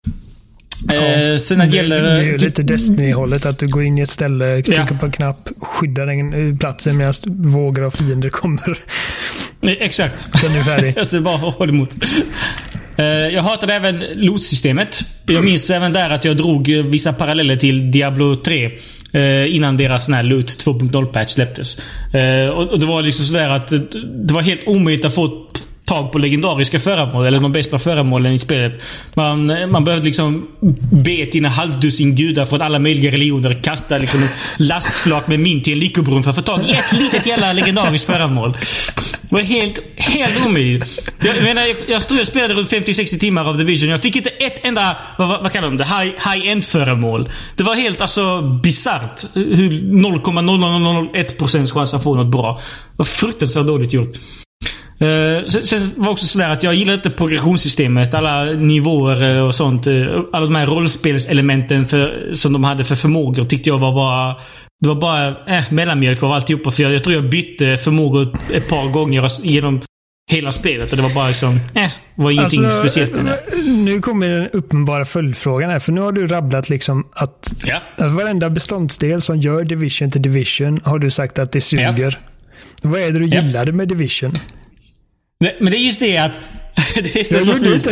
Sen gäller det är ju lite Destiny-hållet, att du går in i ett ställe, trycker på en knapp, skyddar den platsen medan vågor av fiender kommer. Exakt. Sen är du färdig. Alltså bara håll emot. Jag hatade även loot-systemet. Jag minns även där att jag drog vissa paralleller till Diablo 3 innan deras sån här loot 2.0-patch släpptes. Och det var liksom sådär att det var helt omöjligt att få tag på legendariska föremål, eller de bästa föremålen i spelet. Man behövde liksom be till en halvdussin gudar från alla möjliga religioner, kasta liksom en lastflak med mynt till en lyckobrunn för att få tag i ett litet jävla legendariskt föremål. Det var helt omöjligt. Jag menar, jag stod och spelade runt 50-60 timmar av Division. Jag fick inte ett enda, vad kallar de det? High-end föremål. Det var helt bizarrt. 0,0001% chans att få något bra. Det var fruktansvärt dåligt gjort. Sen var också sådär att jag gillar inte progressionssystemet, alla nivåer och sånt, alla de här rollspelselementen som de hade för förmågor tyckte jag var bara mellanmjölk av alltihopa, för jag tror jag bytte förmågor ett par gånger genom hela spelet och det var bara liksom var ingenting speciellt med det. Nu kommer den uppenbara följdfrågan här, för nu har du rabblat liksom att varenda beståndsdel som gör Division till Division har du sagt att det suger. Vad är det du gillade med Division? Men det är just det att det är så fint.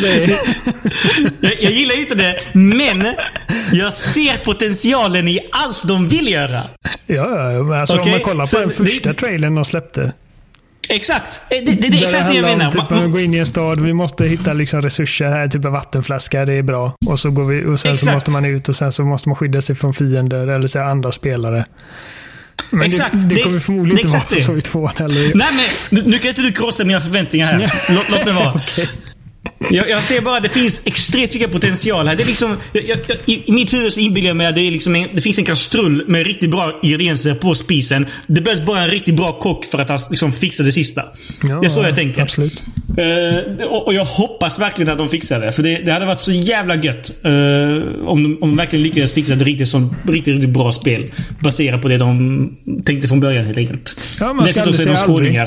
Jag gillar inte det, men jag ser potentialen i allt de vill göra. Ja, men alltså om man kollar på den första trailern de släppte. Exakt. Det är exakt det jag menar. Typ, man går in i en stad, vi måste hitta liksom resurser här, typ en vattenflaska, det är bra. Och så går vi, och sen så måste man ut och sen så måste man skydda sig från fiender eller så andra spelare. Men exakt. Det kommer förmodligen inte vara så i tvåan heller. Nej, men nu kan inte du krossa mina förväntningar här. Låt mig vara. Okay. Jag ser bara att det finns extremt mycket potential här. Det är liksom, i mitt huvud så inbillar jag mig att det, är liksom det finns en kastrull med riktigt bra ingredienser på spisen. Det behövs bara en riktigt bra kock för att liksom fixa det sista. Ja, det är så jag tänker. Absolut. Och jag hoppas verkligen att de fixar det. För det hade varit så jävla gött om de verkligen lyckades fixa ett riktigt bra spel baserat på det de tänkte från början helt enkelt. Ja, man ska aldrig säga aldrig.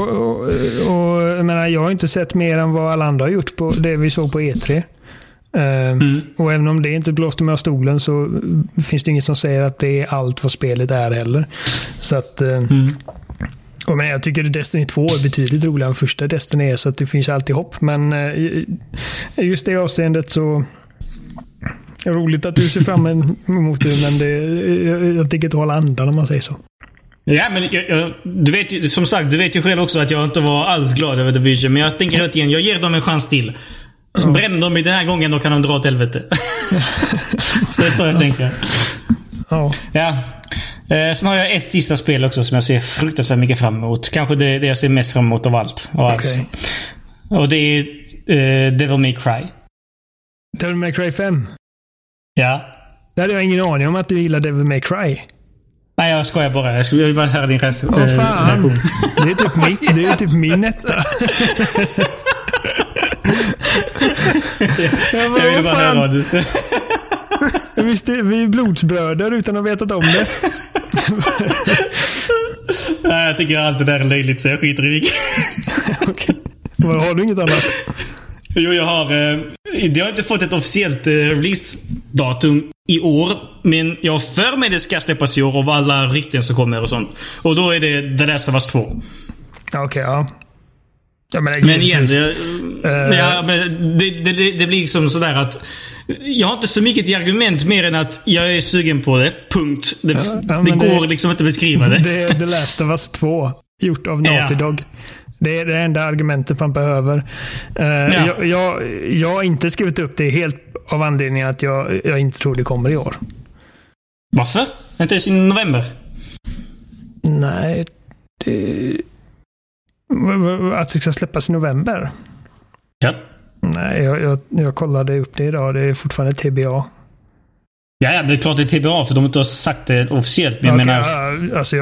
Och jag menar, jag har inte sett mer än vad alla andra har gjort på det vi såg på E3. Och även om det inte blåste med av stolen så finns det inget som säger att det är allt vad spelet är heller. Så att och men jag tycker att Destiny 2 är betydligt roligare än första Destiny är, så att det finns alltid hopp. Men just det avseendet så är det roligt att du ser fram emot det, men jag tycker inte hålla andan om man säger så. Ja, men du vet ju, som sagt, du vet ju själv också att jag inte var alls glad över Division, men jag tänker hela tiden, jag ger dem en chans till. Bränner de i den här gången, då kan de dra åt helvete. Så det är så jag tänker. Ja. Sen har jag ett sista spel också som jag ser fruktansvärt mycket fram emot. Kanske det jag ser mest fram emot av allt. Okay. Och det är Devil May Cry. Devil May Cry 5? Ja. Det hade jag ingen aning om att du gillar Devil May Cry. Nej, jag skojar bara. Jag vill bara höra din reaktion. Fan. Det är typ min etta. Jag vill bara höra vad du säger. Vi är blodsbröder utan att veta om det. Nej, jag tycker allt det där är löjligt så jag skiter i vilket. Okej. Har du inget annat? Jo, jag har inte fått ett officiellt release-datum i år, men jag för mig det ska släppas i år av alla rykten som kommer och sånt. Och då är det The Last of Us 2. Okej, ja. Ja, men igen, det blir liksom sådär att jag har inte så mycket till argument mer än att jag är sugen på det. Punkt. Det går liksom inte att beskriva det. Det är The Last of Us 2 gjort av Naughty Dog. Det är det enda argumentet man behöver. Jag har inte skrivit upp det helt av anledningen att jag inte tror det kommer i år. Varför? Inte ens i november? Nej, att det ska släppas i november? Ja. Nej, jag kollade upp det idag. Det är fortfarande TBA. Ja, men det är klart det är TBA för de inte har sagt det officiellt. Men jag menar... Alltså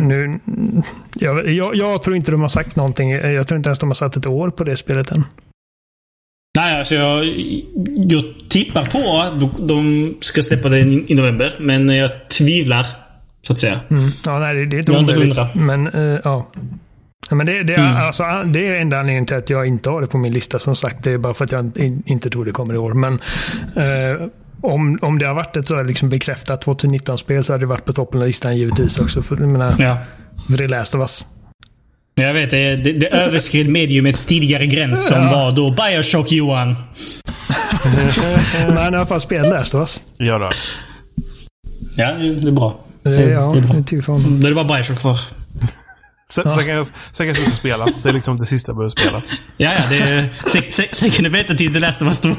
jag tror inte de har sagt någonting. Jag tror inte ens de har satt ett år på det spelet än. Nej, alltså jag tippar på att de ska släppa det i november. Men jag tvivlar, så att säga. Ja, nej, det är inte omöjligt. Men ja. Men det är enda anledningen till att jag inte har det på min lista, som sagt. Det är bara för att jag inte tror det kommer i år. Men om det har varit ett så liksom bekräftat 2019-spel så hade det varit på toppen av listan givetvis också. För det Last of Us. Jag vet, det överskred mediumets tidigare gräns som var då Bioshock, Johan. Men i alla fall spelat Last of Us. Ja då. Ja, det är bra. Det är bra. Det är bara Bioshock kvar. Sen kanske jag ska spela. Det är liksom det sista jag behöver spela. Ja, det är... Sen kan du vänta till The Last of Us 2.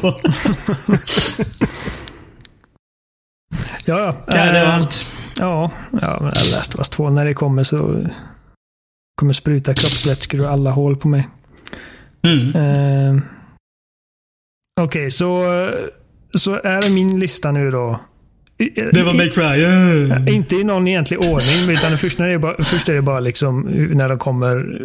Ja, det var allt. Ja, men The Last of Us 2, när det kommer så kommer spruta kroppsvätskor och alla hål på mig. Okej, så är det min lista nu då. Det var May Cry. Inte i någon egentlig ordning, utan först är det bara liksom när de kommer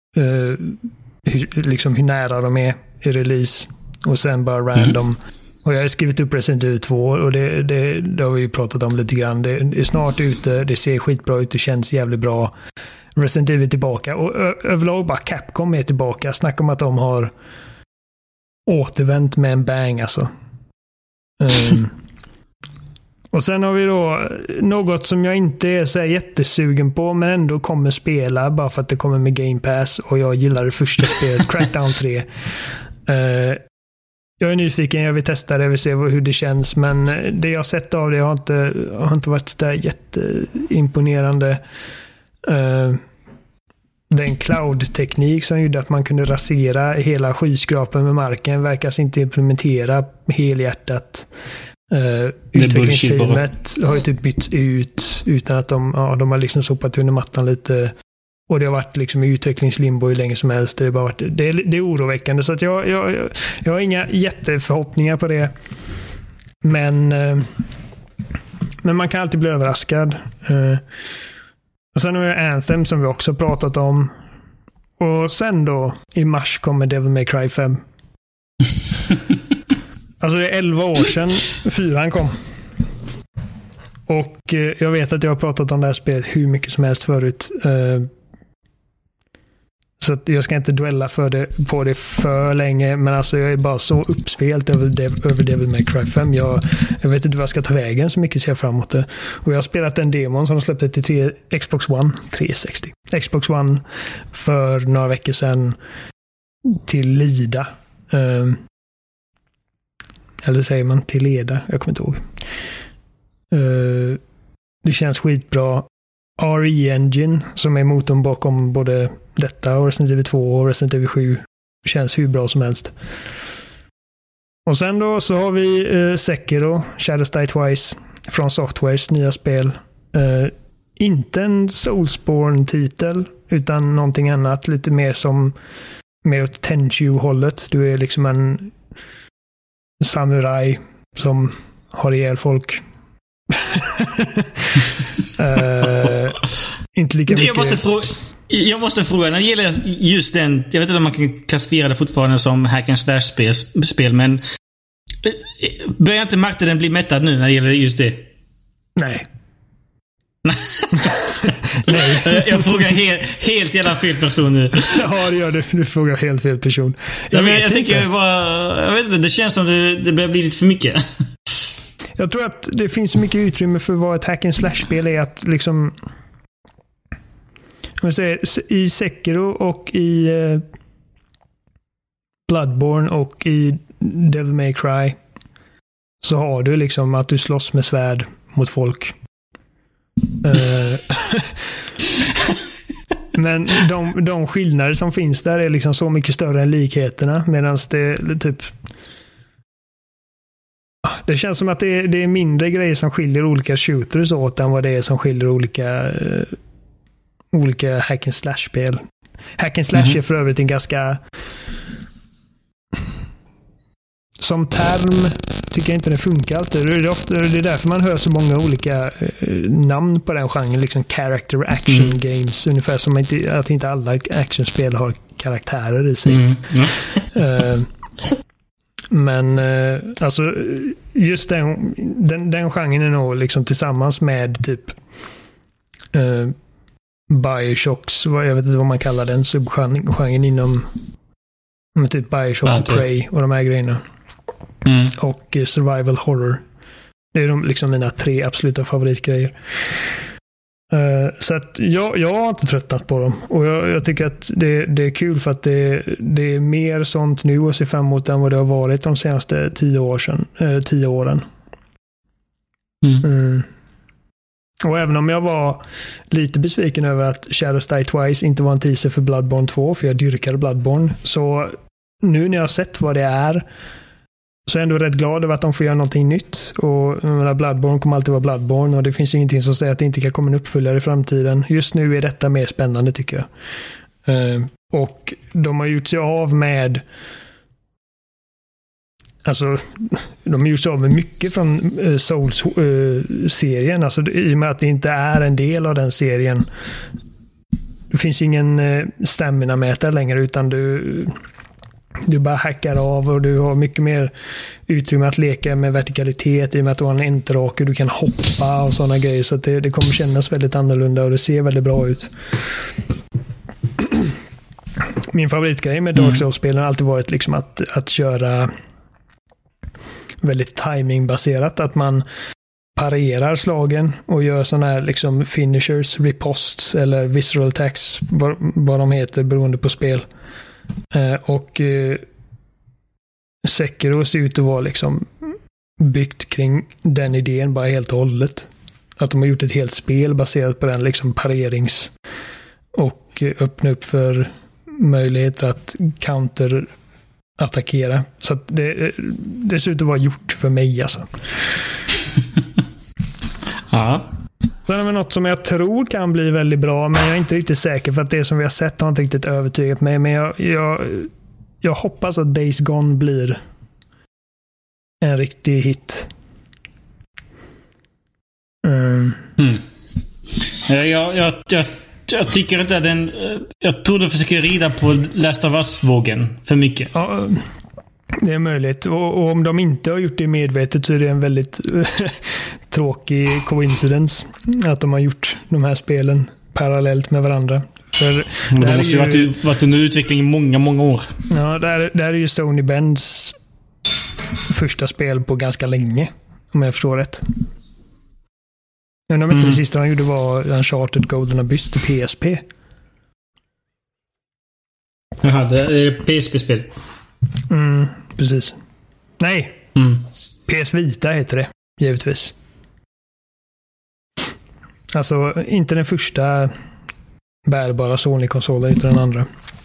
liksom hur nära de är i release, och sen bara random. Och jag har skrivit upp Resident Evil 2 och det har vi ju pratat om lite grann. Det är snart ute, det ser skitbra ut, det känns jävligt bra. Resident Evil är tillbaka, och överlag bara Capcom är tillbaka. Snacka om att de har återvänt med en bang alltså. Och sen har vi då något som jag inte är så jättesugen på, men ändå kommer spela bara för att det kommer med Game Pass, och jag gillar det första spelet, Crackdown 3. Jag är nyfiken, jag vill testa det, jag vill se hur det känns, men det jag har sett av det har inte varit där jätteimponerande. Den cloud-teknik som gjorde att man kunde rasera hela skyskrapan med marken verkar inte implementera helhjärtat. Utvecklingsteamet har ju typ bytt ut utan att de har liksom sopat under mattan lite, och det har varit liksom i utvecklingslimbo hur länge som helst. Det är oroväckande, så att jag har inga jätteförhoppningar på det, men man kan alltid bli överraskad. Och sen har vi Anthem som vi också pratat om, och sen då i mars kommer Devil May Cry 5. Alltså det är 11 år sedan 4 kom. Och jag vet att jag har pratat om det här spelet hur mycket som helst förut. Så att jag ska inte duella på det för länge. Men alltså jag är bara så uppspelt över Devil May Cry 5. Jag vet inte vad jag ska ta vägen, så mycket ser jag fram emot det. Och jag har spelat den demon som de släppte till Xbox One 360. Xbox One för några veckor sedan till Lida. Eller säger man till Leda? Jag kommer inte ihåg. Det känns skitbra. RE Engine, som är motorn bakom både detta och Resident Evil 2 och Resident Evil 7, känns hur bra som helst. Och sen då så har vi Sekiro, Shadows Die Twice, från Softwares nya spel. Inte en Soulsborne-titel, utan någonting annat. Lite mer åt Tenchu-hållet. Du är liksom en samurai som har ihjäl folk. Inte lika mycket. Jag måste fråga, när det gäller just den, jag vet inte om man kan klassifiera det fortfarande som hack and slash spel, men börjar inte marknaden bli mättad nu när det gäller just det? Nej. Nej. Jag frågar helt jävla fel person nu. Ja, det gör du. Du frågar helt fel person. Jag vet inte, det känns som det börjar bli lite för mycket. Jag tror att det finns så mycket utrymme för vad ett hack and slash-spel är, att liksom i Sekiro och i Bloodborne och i Devil May Cry så har du liksom att du slåss med svärd mot folk. Men de skillnader som finns där är liksom så mycket större än likheterna, medan det känns som att det är mindre grejer som skiljer olika shooters åt än vad det är som skiljer olika hack and slash-spel. Hack and slash är för övrigt en ganska, som term tycker jag inte det funkar alltid. Det är därför man hör så många olika namn på den genren, liksom character action games, ungefär som att inte alla actionspel har karaktärer i sig. Men alltså just den genren är nog liksom tillsammans med typ Bioshocks, jag vet inte vad man kallar den subgenren inom typ Bioshock och Prey och de här grejerna. Och survival horror. Det är liksom mina 3 absoluta favoritgrejer. Så att jag har inte tröttnat på dem. Och jag tycker att det är kul för att det är mer sånt nu att se fram emot än vad det har varit de senaste 10 åren. Och även om jag var lite besviken över att Shadows Die Twice inte var en teaser för Bloodborne 2, för jag dyrkade Bloodborne, så nu när jag har sett vad det är, så är jag ändå rätt glad över att de får göra någonting nytt. Och Bloodborne kommer alltid vara Bloodborne, och det finns ingenting som säger att det inte kan komma en uppföljare i framtiden. Just nu är detta mer spännande, tycker jag. Och de har gjort sig av med de har gjort sig av med mycket från Souls-serien. I och med att det inte är en del av den serien. Det finns ingen stamina-mätare längre, utan du bara hackar av, och du har mycket mer utrymme att leka med vertikalitet i och med att du har en enterake, du kan hoppa och sådana grejer, så att det kommer kännas väldigt annorlunda och det ser väldigt bra ut. Min favoritgrej med Dark Souls-spelen har alltid varit liksom att köra väldigt timingbaserat, att man parerar slagen och gör sådana här liksom finishers, riposts eller visceral attacks, vad de heter beroende på spel. Och Sekiro ser ut att vara liksom byggt kring den idén bara helt och hållet. Att de har gjort ett helt spel baserat på den liksom parerings och öppna upp för möjligheter att counterattackera. Så att det ser ut att vara gjort för mig alltså. Ja. Sen är det något som jag tror kan bli väldigt bra, men jag är inte riktigt säker, för att det som vi har sett har inte riktigt övertygat mig. Men jag hoppas att Days Gone blir en riktig hit. Jag tycker inte att jag tror de försöker rida på Last of Us-vågen för mycket. Ja, det är möjligt. Och om de inte har gjort det medvetet, så är det en väldigt tråkig coincidence att de har gjort de här spelen parallellt med varandra. För de måste ju varit under utveckling i många, många år. Ja, det här är ju Sony Bends första spel på ganska länge, om jag förstår rätt. Men inte det sista han gjorde var Uncharted Golden Abyss till PSP. Jaha, det är PSP-spel. Precis. Nej. PS Vita heter det, givetvis. Alltså, inte den första bärbara Sony-konsolen, utan den andra.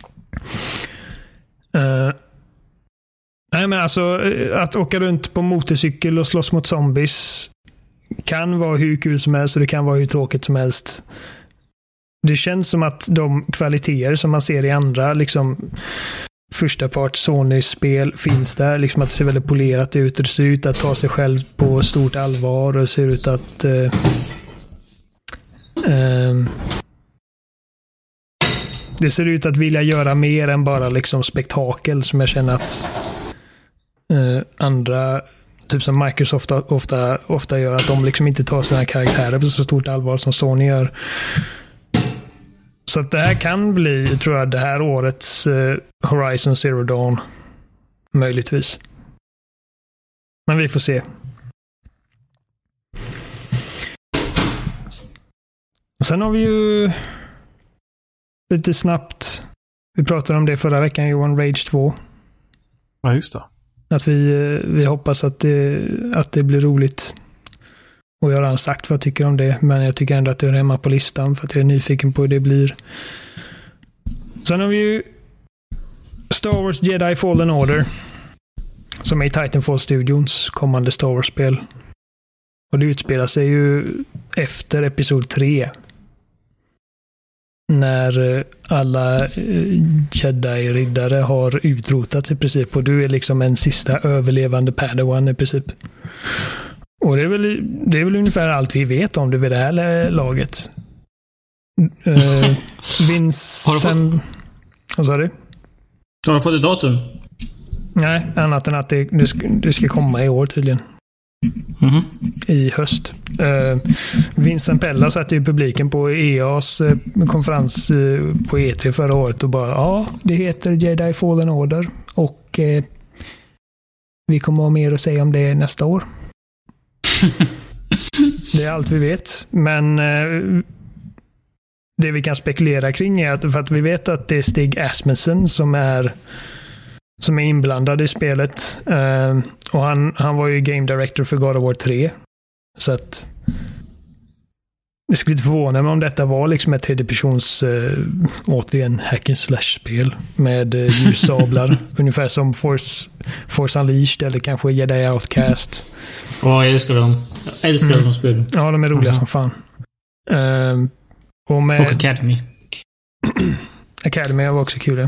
Nej, men alltså, att åka runt på motorcykel och slåss mot zombies kan vara hur kul som helst, och det kan vara hur tråkigt som helst. Det känns som att de kvaliteter som man ser i andra liksom första part Sony-spel finns där. Liksom att det ser väldigt polerat ut. Det ser ut att ta sig själv på stort allvar, och det ser ut att det ser ut att vilja göra mer än bara liksom spektakel, som jag känner att andra, typ som Microsoft ofta gör, att de liksom inte tar sina karaktärer på så stort allvar som Sony gör. Så att det här kan bli, tror jag, det här årets Horizon Zero Dawn. Möjligtvis. Men vi får se. Sen har vi ju lite snabbt, vi pratade om det förra veckan, Johan, Rage 2. Ja, just det. Att vi hoppas att det blir roligt. Och jag har redan sagt vad jag tycker om det, men jag tycker ändå att det är hemma på listan, för att jag är nyfiken på hur det blir. Sen har vi ju Star Wars Jedi Fallen Order, som är i Titanfall-studions kommande Star Wars-spel. Och det utspelar sig ju efter episod 3. När alla Jedi-riddare har utrotats i princip, och du är liksom en sista överlevande Padawan i princip. Och det är väl ungefär allt vi vet om det vid det här laget. Vincent... Vad sa du? Har du fått ett datum? Nej, annat än att det ska komma i år tydligen. I höst. Vincent Pella satt i publiken på EAs konferens på E3 förra året och bara, ja, det heter Jedi Fallen Order, och vi kommer ha mer att säga om det nästa år. Det är allt vi vet. Men det vi kan spekulera kring är att, för att vi vet att det är Stig Asmussen som är inblandad i spelet, och han var ju game director för God of War 3, så att Det skulle inte förvåna mig om detta var liksom ett tredjepersons återigen hack and slash-spel med ljussablar. Ungefär som Force Unleashed eller kanske Jedi Outcast. Jag älskar dem. Jag älskar de spelen. Ja, de är roliga som fan. Och Academy. Academy var också kul.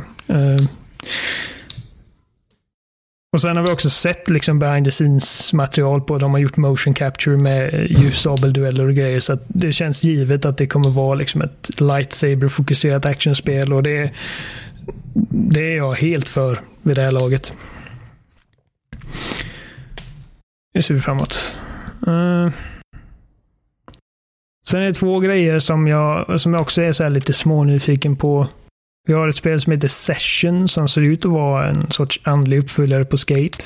Och sen har vi också sett liksom behind the scenes material på. De har gjort motion capture med ljussabeldueller och grejer. Så att det känns givet att det kommer vara liksom ett lightsaber-fokuserat actionspel. Och det är jag helt för vid det här laget. Det ser vi framåt. Sen är det 2 grejer som jag också är så här lite smånyfiken på. Vi har ett spel som heter Session som ser ut att vara en sorts andlig uppföljare på Skate.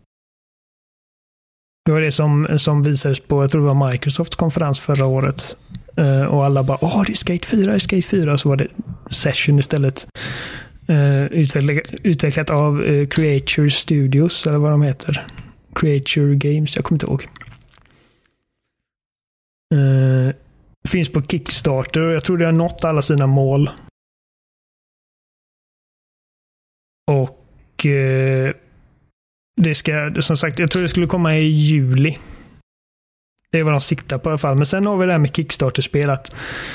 Det var det som visades på, jag tror det var Microsofts konferens förra året. Och alla bara, det är Skate 4, det är Skate 4. Så var det Session istället. Utvecklat av Creature Studios, eller vad de heter. Creature Games, jag kommer inte ihåg. Finns på Kickstarter och jag tror det har nått alla sina mål. Och det ska, som sagt, jag tror det skulle komma i juli. Det är vad de siktar på i alla fall. Men sen har vi det här med Kickstarter-spel att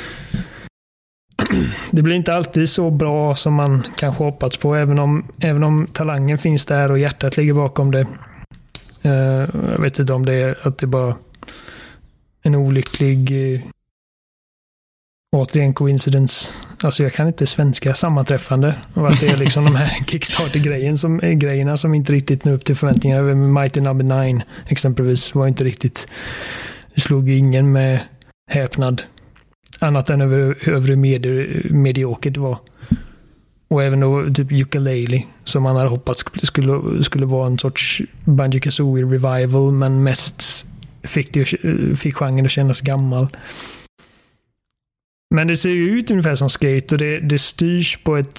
det blir inte alltid så bra som man kanske hoppats på, även om talangen finns där och hjärtat ligger bakom det. Jag vet inte om det är att det bara en olycklig återigen coincidence. Alltså jag kan inte svenska sammanträffande. Och att det är liksom de här Kickstarter-grejerna som inte riktigt når upp till förväntningarna. Mighty Number 9 exempelvis var inte riktigt, det slog ingen med häpnad. Annat än övre mediokert var. Och även då typ Yooka-Laylee som man hade hoppats skulle vara en sorts Banjo-Kazooie revival, men mest fick genren att kännas gammal. Men det ser ju ut ungefär som Skate och det styrs på ett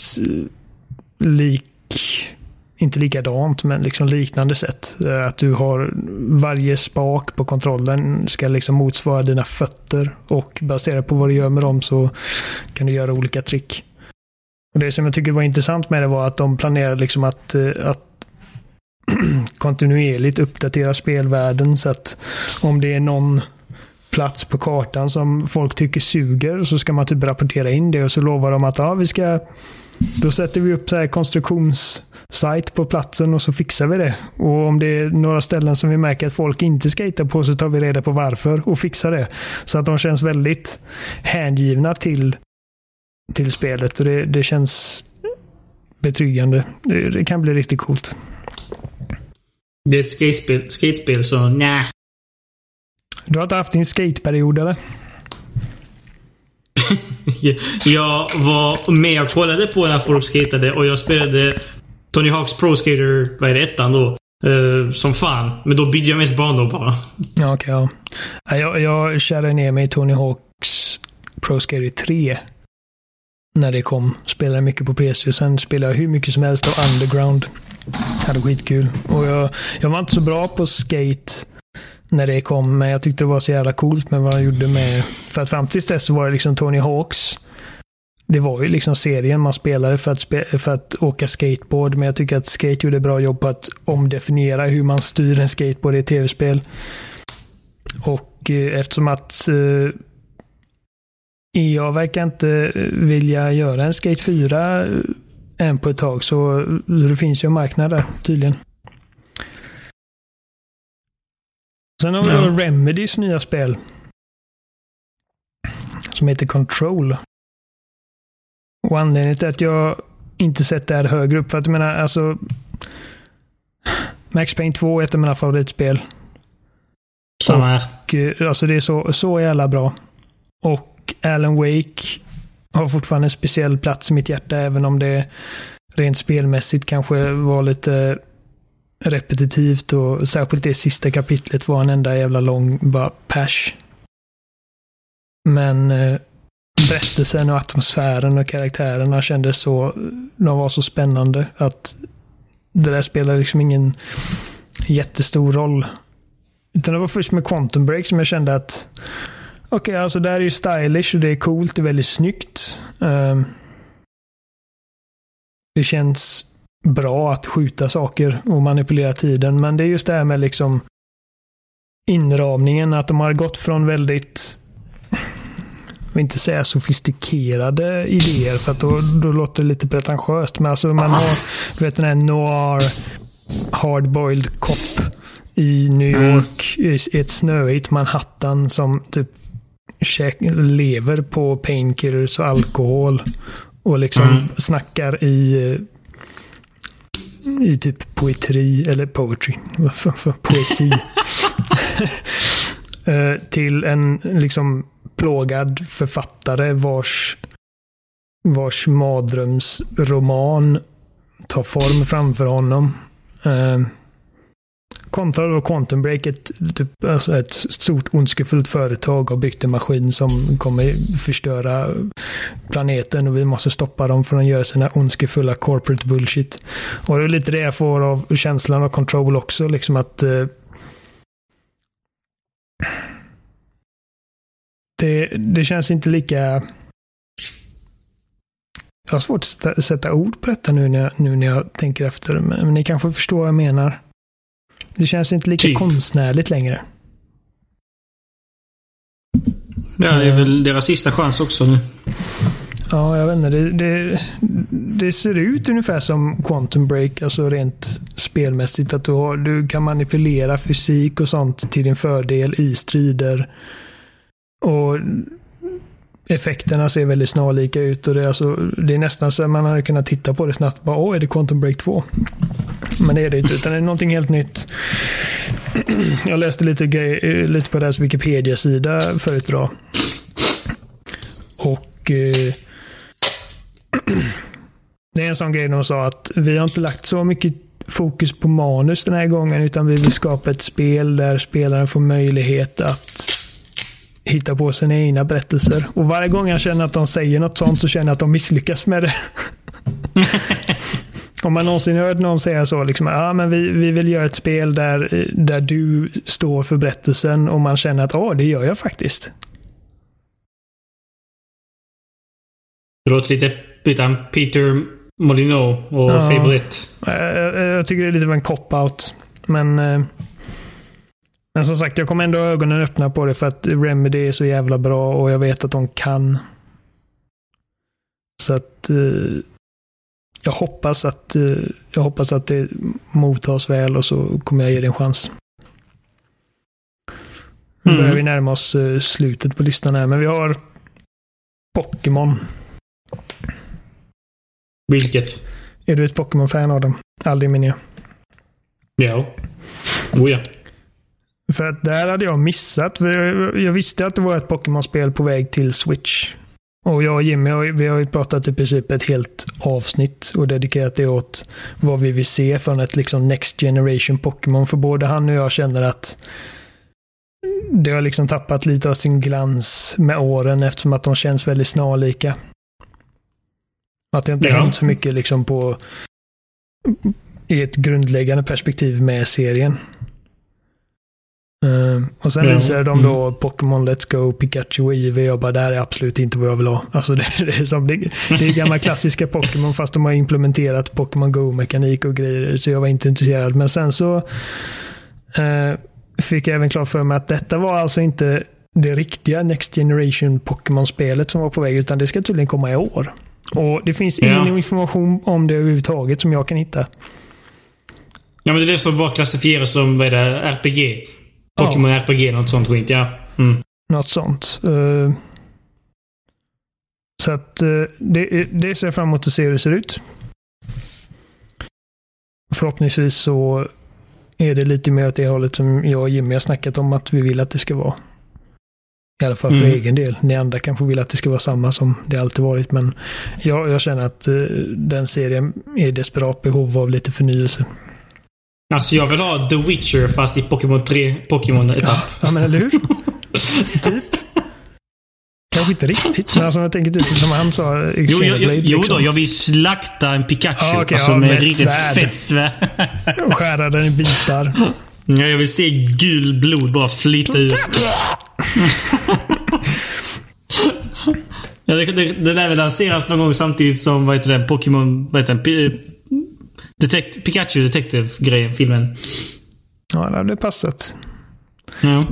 inte likadant, men liksom liknande sätt. Att du har varje spak på kontrollen ska liksom motsvara dina fötter och baserat på vad du gör med dem så kan du göra olika trick. Och det som jag tycker var intressant med det var att de planerade liksom att kontinuerligt uppdatera spelvärlden, så att om det är någon plats på kartan som folk tycker suger så ska man typ rapportera in det och så lovar de att då sätter vi upp så här konstruktionssajt på platsen och så fixar vi det. Och om det är några ställen som vi märker att folk inte skater på så tar vi reda på varför och fixar det. Så att de känns väldigt hängivna till spelet och det känns betryggande. Det kan bli riktigt coolt. Det är ett skatespel så nej. Du har inte haft din skateperiod eller? Jag var med och kollade på när folk skatade och jag spelade Tony Hawk's Pro Skater, vad är det, 1 då? Som fan. Men då byggde jag mest banor bara. Ja, okej. Ja. Jag kärde ner mig i Tony Hawk's Pro Skater 3 när det kom. Spelade mycket på PC. Sen spelade jag hur mycket som helst av Underground. Hade skitkul. Och jag var inte så bra på skate när det kom, men jag tyckte det var så jävla coolt med vad jag gjorde med, för att fram tills dess så var det liksom Tony Hawks. Det var ju liksom serien man spelade för att åka skateboard, men jag tycker att Skate gjorde bra jobb på att omdefiniera hur man styr en skateboard i ett tv-spel. Och eftersom att jag verkar inte vilja göra en Skate 4 än på ett tag, så det finns ju en marknad där tydligen. Sen har vi då Remedys nya spel som heter Control. Och anledningen till att jag inte sett det här högre upp, för att jag menar, alltså Max Payne 2 är ett av mina favoritspel. Samma här. Och alltså det är så jävla bra. Och Alan Wake har fortfarande en speciell plats i mitt hjärta, även om det rent spelmässigt kanske var lite repetitivt, och särskilt det sista kapitlet var en enda jävla lång bara pash. Men berättelsen och atmosfären och karaktärerna kändes så, de var så spännande att det där spelade liksom ingen jättestor roll. Utan det var först med Quantum Break som jag kände att Okej, alltså det här är ju stylish och det är coolt, det är väldigt snyggt. Det känns bra att skjuta saker och manipulera tiden, men det är just det här med liksom inramningen, att de har gått från väldigt, jag vill inte säga sofistikerade idéer, för att då låter det lite pretentiöst, men alltså man har, du vet, den här noir hardboiled cop i New York i ett snöigt Manhattan som typ lever på painkillers och alkohol och liksom snackar i typ poetri eller poetry, poesi till en liksom plågad författare vars mardrömsroman tar form framför honom. Kontra då Quantum Break, ett stort ondskefullt företag har byggt en maskin som kommer förstöra planeten och vi måste stoppa dem från att göra sina ondskefulla corporate bullshit. Och det är lite det jag får av känslan av Control också, liksom att det känns inte lika. Jag har svårt att sätta ord på detta nu när jag tänker efter, men ni kanske förstår vad jag menar. Det känns inte lika konstnärligt längre. Ja, det är väl deras sista chans också nu. Ja, jag vet inte. Det ser ut ungefär som Quantum Break, alltså rent spelmässigt, att du kan manipulera fysik och sånt till din fördel i strider. Och effekterna ser väldigt snarlika ut och det är nästan så att man hade kunnat titta på det snabbt. Bara, är det Quantum Break 2? Men det är det inte, utan det är någonting helt nytt. Jag läste lite på deras Wikipedia-sida förut idag. Och det är en sån grej de sa att vi har inte lagt så mycket fokus på manus den här gången, utan vi vill skapa ett spel där spelaren får möjlighet att hitta på sina egna berättelser. Och varje gång jag känner att de säger något sånt så känner jag att de misslyckas med det. Om man någonsin hört någon säga så, liksom, men vi vill göra ett spel där du står för berättelsen och man känner att det gör jag faktiskt. Det låter lite Peter Molyneux och Fable 1. Jag tycker det är lite av en cop-out. Men som sagt, jag kommer ändå ögonen öppna på det för att Remedy är så jävla bra och jag vet att de kan. Så att jag hoppas att det mottas väl och så kommer jag ge det en chans. Nu börjar vi närma oss slutet på listan här, men vi har Pokémon. Vilket? Är du ett Pokémon-fan av dem? Aldrig min jag. Ja. Ja. För att där hade jag missat. Jag visste att det var ett Pokémon-spel på väg till Switch. Och jag och Jimmy, vi har ju pratat i princip ett helt avsnitt och dedikerat det åt vad vi vill se från ett liksom Next Generation Pokémon. För både han och jag känner att det har liksom tappat lite av sin glans med åren eftersom att de känns väldigt snarlika. Att det inte har hänt så mycket liksom i ett grundläggande perspektiv med serien. Och sen visar de då Pokémon Let's Go, Pikachu och Eevee. Jag bara, det här är absolut inte vad jag vill ha. Alltså det är gamla klassiska Pokémon fast de har implementerat Pokémon Go-mekanik och grejer, så jag var inte intresserad. Men sen så fick jag även klart för mig att detta var alltså inte det riktiga Next Generation Pokémon-spelet som var på väg, utan det ska tydligen komma i år. Och det finns ingen information om det överhuvudtaget som jag kan hitta. Ja, men det är det som bara klassifieras som RPG. Pokémon RPG, något sånt skit, ja. Något sånt. Så att det ser jag fram emot att se hur det ser ut. Förhoppningsvis så är det lite mer åt det hållet som jag och Jimmy har snackat om att vi vill att det ska vara. I alla fall för egen del. Ni andra kanske vill att det ska vara samma som det alltid varit, men jag känner att den serien är i desperat behov av lite förnyelse. Alltså jag vill ha The Witcher fast i Pokémon 3 Pokémon-etapp. Ja, men eller hur? Typ. Kanske inte riktigt, men alltså jag tänker typ som han sa. Jo då, jag vill slakta en Pikachu med riktigt fett svärd. Och skära den i bitar. Ja, jag vill se gul blod bara flyta ut. Det där väl lanseras någon gång samtidigt som Pokémon, Pikachu Detective-grejen, filmen. Ja, det hade passat. Ja.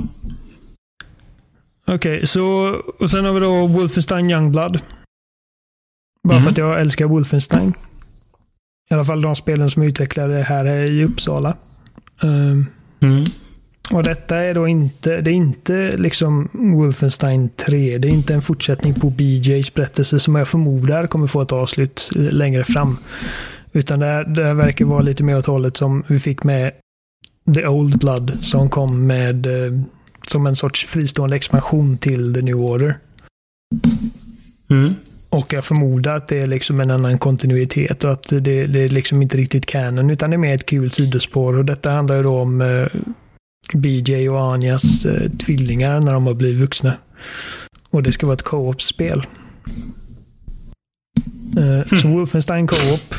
Okej, så och sen har vi då Wolfenstein Youngblood. Bara för att jag älskar Wolfenstein. I alla fall de spelen som utvecklade här i Uppsala. Och detta är då inte, det är inte liksom Wolfenstein 3. Det är inte en fortsättning på BJs berättelse som jag förmodar kommer få ett avslut längre fram. Utan det verkar vara lite mer åt hållet som vi fick med The Old Blood som kom med som en sorts fristående expansion till The New Order. Och jag förmodar att det är liksom en annan kontinuitet och att det är liksom inte riktigt canon utan det är mer ett kul sidospår. Och detta handlar ju då om BJ och Anjas tvillingar när de har blivit vuxna. Och det ska vara ett co-op-spel. Så Wolfenstein co-op.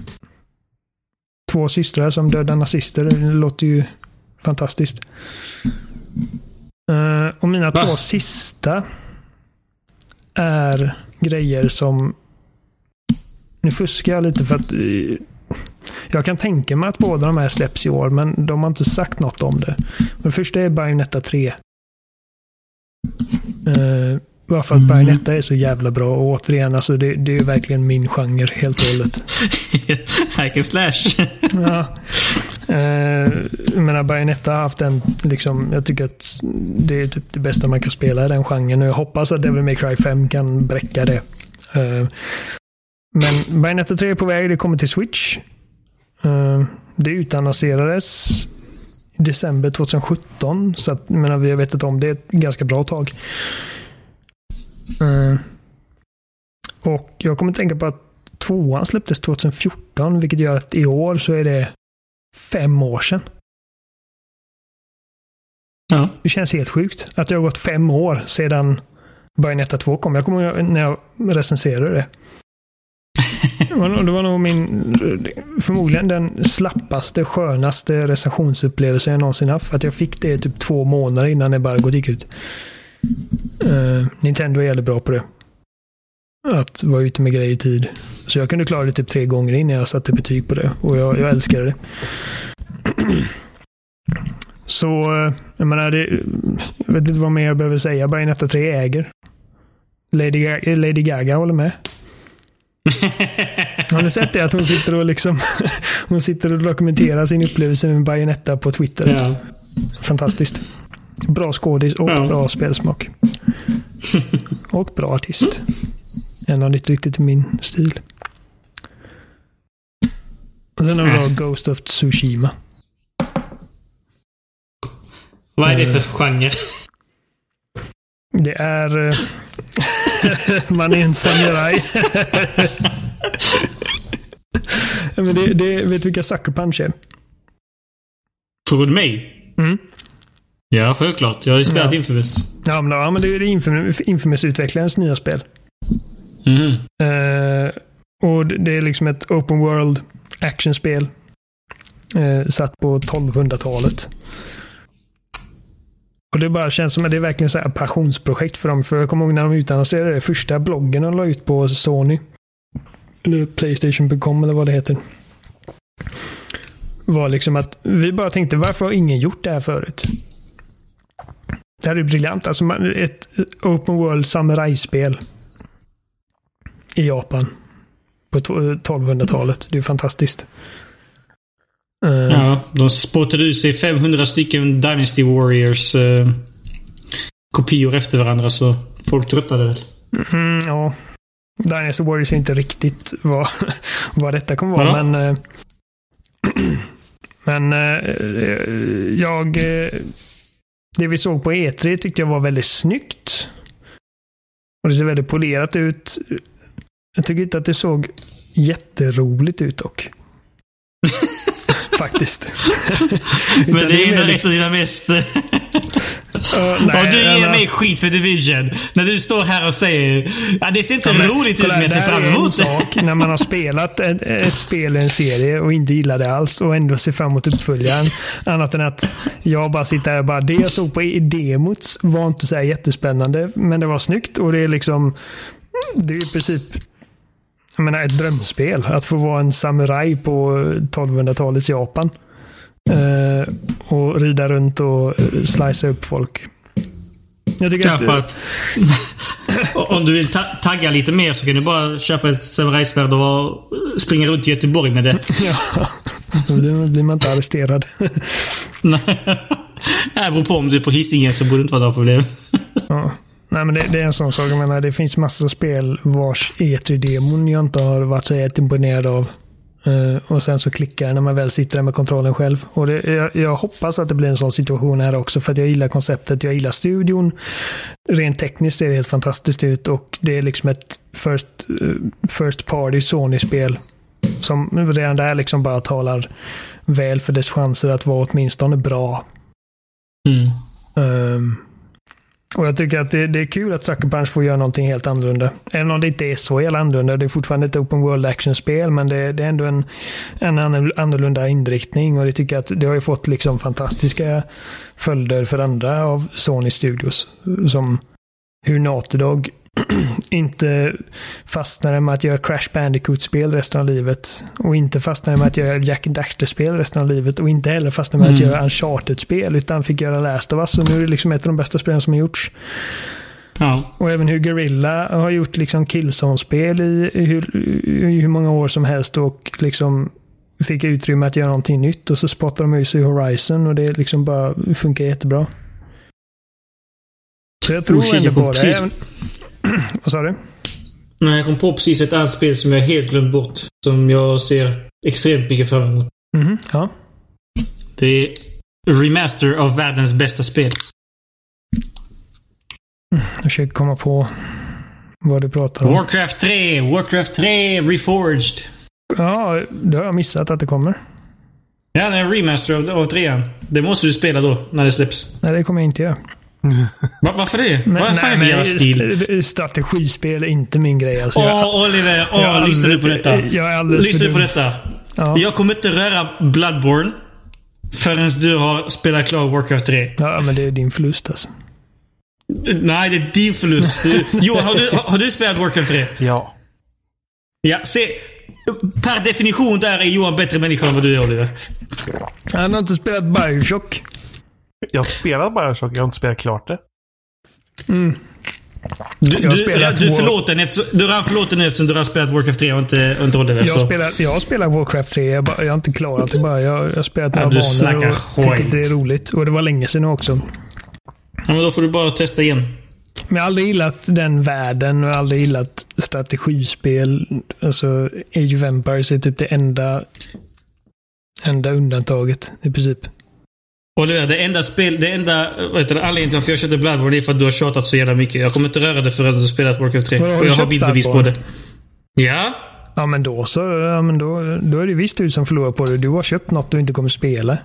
2 systrar som dödar nazister. Det låter ju fantastiskt. Och mina 2 sista är grejer som nu fuskar jag lite för att jag kan tänka mig att båda de här släpps i år men de har inte sagt något om det. Det första är Bayonetta 3. Bara för att Bayonetta är så jävla bra och återigen alltså det är ju verkligen min genre helt och hållet. Hack and slash. Ja. Men Bayonetta har haft en liksom, jag tycker att det är typ det bästa man kan spela i den genren och jag hoppas att Devil May Cry 5 kan bräcka det. Men Bayonetta 3 är på väg, det kommer till Switch. Det utannonserades i december 2017 så att, men vi har vetat om det ett ganska bra tag. Och jag kommer tänka på att 2:an släpptes 2014 vilket gör att i år så är det 5 år sedan. Ja. Det känns helt sjukt att det har gått 5 år sedan Bayonetta 2 kom. Jag kommer ihåg när jag recenserade det. Det var nog förmodligen den slappaste, skönaste recensionsupplevelsen jag någonsin haft. För att jag fick det typ 2 månader innan embargot gick ut. Nintendo är jävligt bra på det. Att vara ute med grejer i tid. Så jag kunde klara det typ 3 gånger innan jag satte betyg på det. Och jag älskade det. Så jag menar, jag vet inte vad mer jag behöver säga. Bayonetta 3 äger. Lady Gaga håller med. Har ni sett det? Att hon sitter och liksom hon sitter och dokumenterar sin upplevelse med Bayonetta på Twitter. Ja. Fantastiskt. Bra skådis och bra spelsmak. Och bra artist. Ändå inte riktigt min stil. Och sen har vi då Ghost of Tsushima. Vad är det för genre? Det är man är en samurai. Men det vet du vilka Sucker Punch är? Tror du mig? Ja, självklart. Jag har ju spelat Infamous. Ja, men det är Infamous-utvecklarens nya spel. Och det är liksom ett open world actionspel satt på 1200-talet. Och det bara känns som att det är verkligen så här passionsprojekt för dem. För jag kommer ihåg när de utannonserade det första bloggen de la ut på Sony. Eller Playstation.com eller vad det heter. Var liksom att vi bara tänkte, varför har ingen gjort det här förut? Det här är briljant. Alltså ett open world samurai-spel i Japan på 1200-talet. Det är fantastiskt. Ja, de spottade ut sig 500 stycken Dynasty Warriors kopior efter varandra så folk tröttade väl. Ja. Dynasty Warriors är inte riktigt vad detta kommer vara. Men det vi såg på E3 tyckte jag var väldigt snyggt. Och det ser väldigt polerat ut. Jag tycker inte att det såg jätteroligt ut dock. Faktiskt. Men det är ett av dina mest... du ger mig skit för Division. När du står här och säger det ser inte roligt ut, men jag ser fram emot det. När man har spelat ett spel i en serie och inte gillar det alls och ändå ser fram emot uppföljaren. Annat än att jag bara sitter här och bara, det jag såg på demot var inte så här jättespännande, men det var snyggt och det är liksom det är i princip, jag menar, ett drömspel. Att få vara en samuraj på 1200-talets Japan. Och rida runt och slicea upp folk. Jag tycker att om du vill tagga lite mer så kan du bara köpa ett samurajsvärd och springa runt i Göteborg med det. Ja, då blir man inte arresterad. Nej, det beror på om du är på Hisingen så borde det inte vara några problem. Ja. Nej, men det är en sån sak. Jag menar, det finns massor av spel vars E3-demon jag inte har varit så imponerad av. Och sen så klickar när man väl sitter där med kontrollen själv. Och jag hoppas att det blir en sån situation här också, för att jag gillar konceptet, jag gillar studion. Rent tekniskt ser det helt fantastiskt ut och det är liksom ett first party Sony-spel som redan där liksom bara talar väl för dess chanser att vara åtminstone bra. Och jag tycker att det är kul att Sucker Punch får göra någonting helt annorlunda. Även om det inte är så helt annorlunda. Det är fortfarande ett open world action-spel, men det är ändå en annorlunda inriktning. Och det tycker jag att det har ju fått liksom fantastiska följder för andra av Sony Studios. Som hur Naughty Dog inte fastnade med att göra Crash Bandicoot-spel resten av livet. Och inte fastnade med att göra Jack and Daxter-spel resten av livet. Och inte heller fastnade med att göra Uncharted-spel, utan fick göra Last of Us. Och nu är det liksom ett av de bästa spelen som har gjorts. Ja. Och även hur Guerrilla har gjort liksom Killzone-spel i hur många år som helst och liksom fick utrymme att göra någonting nytt. Och så spottar de ut i Horizon och det liksom bara funkar jättebra. Så jag tror ändå på det. Vad sa du? Nej, jag kom på precis ett annat spel som jag helt glömt bort. Som jag ser extremt mycket fram emot. Ja. Det är remaster av världens bästa spel. Jag försöker komma på vad du pratar om. Warcraft 3 Reforged. Ja, det har jag missat att det kommer. Ja, det är en remaster av 3. Det måste du spela då, när det släpps. Nej, det kommer jag inte göra. Varför det? Vad är fan för jävla stil? Strategispel är inte min grej. Alltså, Oliver, lyssna du på detta? Lyssna på detta. Ja. Jag kommer inte röra Bloodborne förrän du har spelat klart Warcraft 3. Ja, men det är din förlust alltså. Nej, det är din förlust. Johan, har du spelat Warcraft 3? Ja. Ja, se. Per definition där är Johan bättre människa än vad du är, Oliver. Han har inte spelat Bioshock. Jag har spelat Bioshock, jag har inte spelat klart det. Du har förlåten eftersom du har spelat Warcraft 3 och inte Oliver. Jag har spelat Warcraft 3, jag har inte klarat det bara. Jag har spelat några banor och tycker det är roligt. Och det var länge sedan också. Ja, men då får du bara testa igen. Men jag har aldrig gillat den världen och jag har aldrig gillat strategispel. Alltså, Age of Empires är typ det enda undantaget i princip. Oliver, det enda anledningen till varför jag köpte Bloodborne är för att du har tjatat så jävla mycket. Jag kommer inte röra det för att du har spelat Warcraft 3. Och jag har bildbevis på det. Ja? Ja, men då så. Ja, men då är det visst du som förlorar på det. Du har köpt något du inte kommer spela.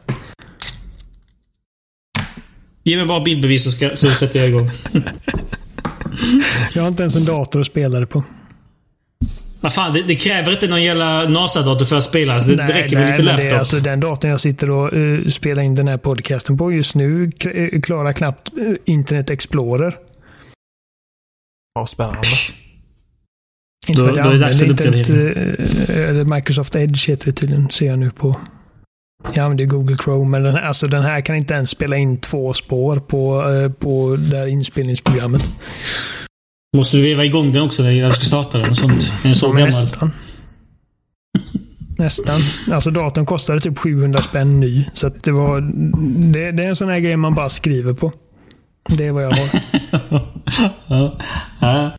Ge mig bara bildbevis så sätter jag igång. Jag har inte ens en dator att spela det på. Vad fan, det kräver inte någon jävla NASA-dator för att spela. Alltså, det räcker med lite laptop. Det är alltså den datorn jag sitter och spelar in den här podcasten på just nu klarar knappt Internet Explorer. Ja, spännande. Inte för att jag använder Microsoft Edge heter det tydligen, ser jag nu på. Jag använder Google Chrome, men den här kan inte ens spela in 2 spår på det här inspelningsprogrammet. Måste du veva igång den också när du ska starta den och sånt? En så gammal. Nästan. Alltså datorn kostade typ 700 spänn ny. Så att det är en sån här grej man bara skriver på. Det är vad jag har. Ja.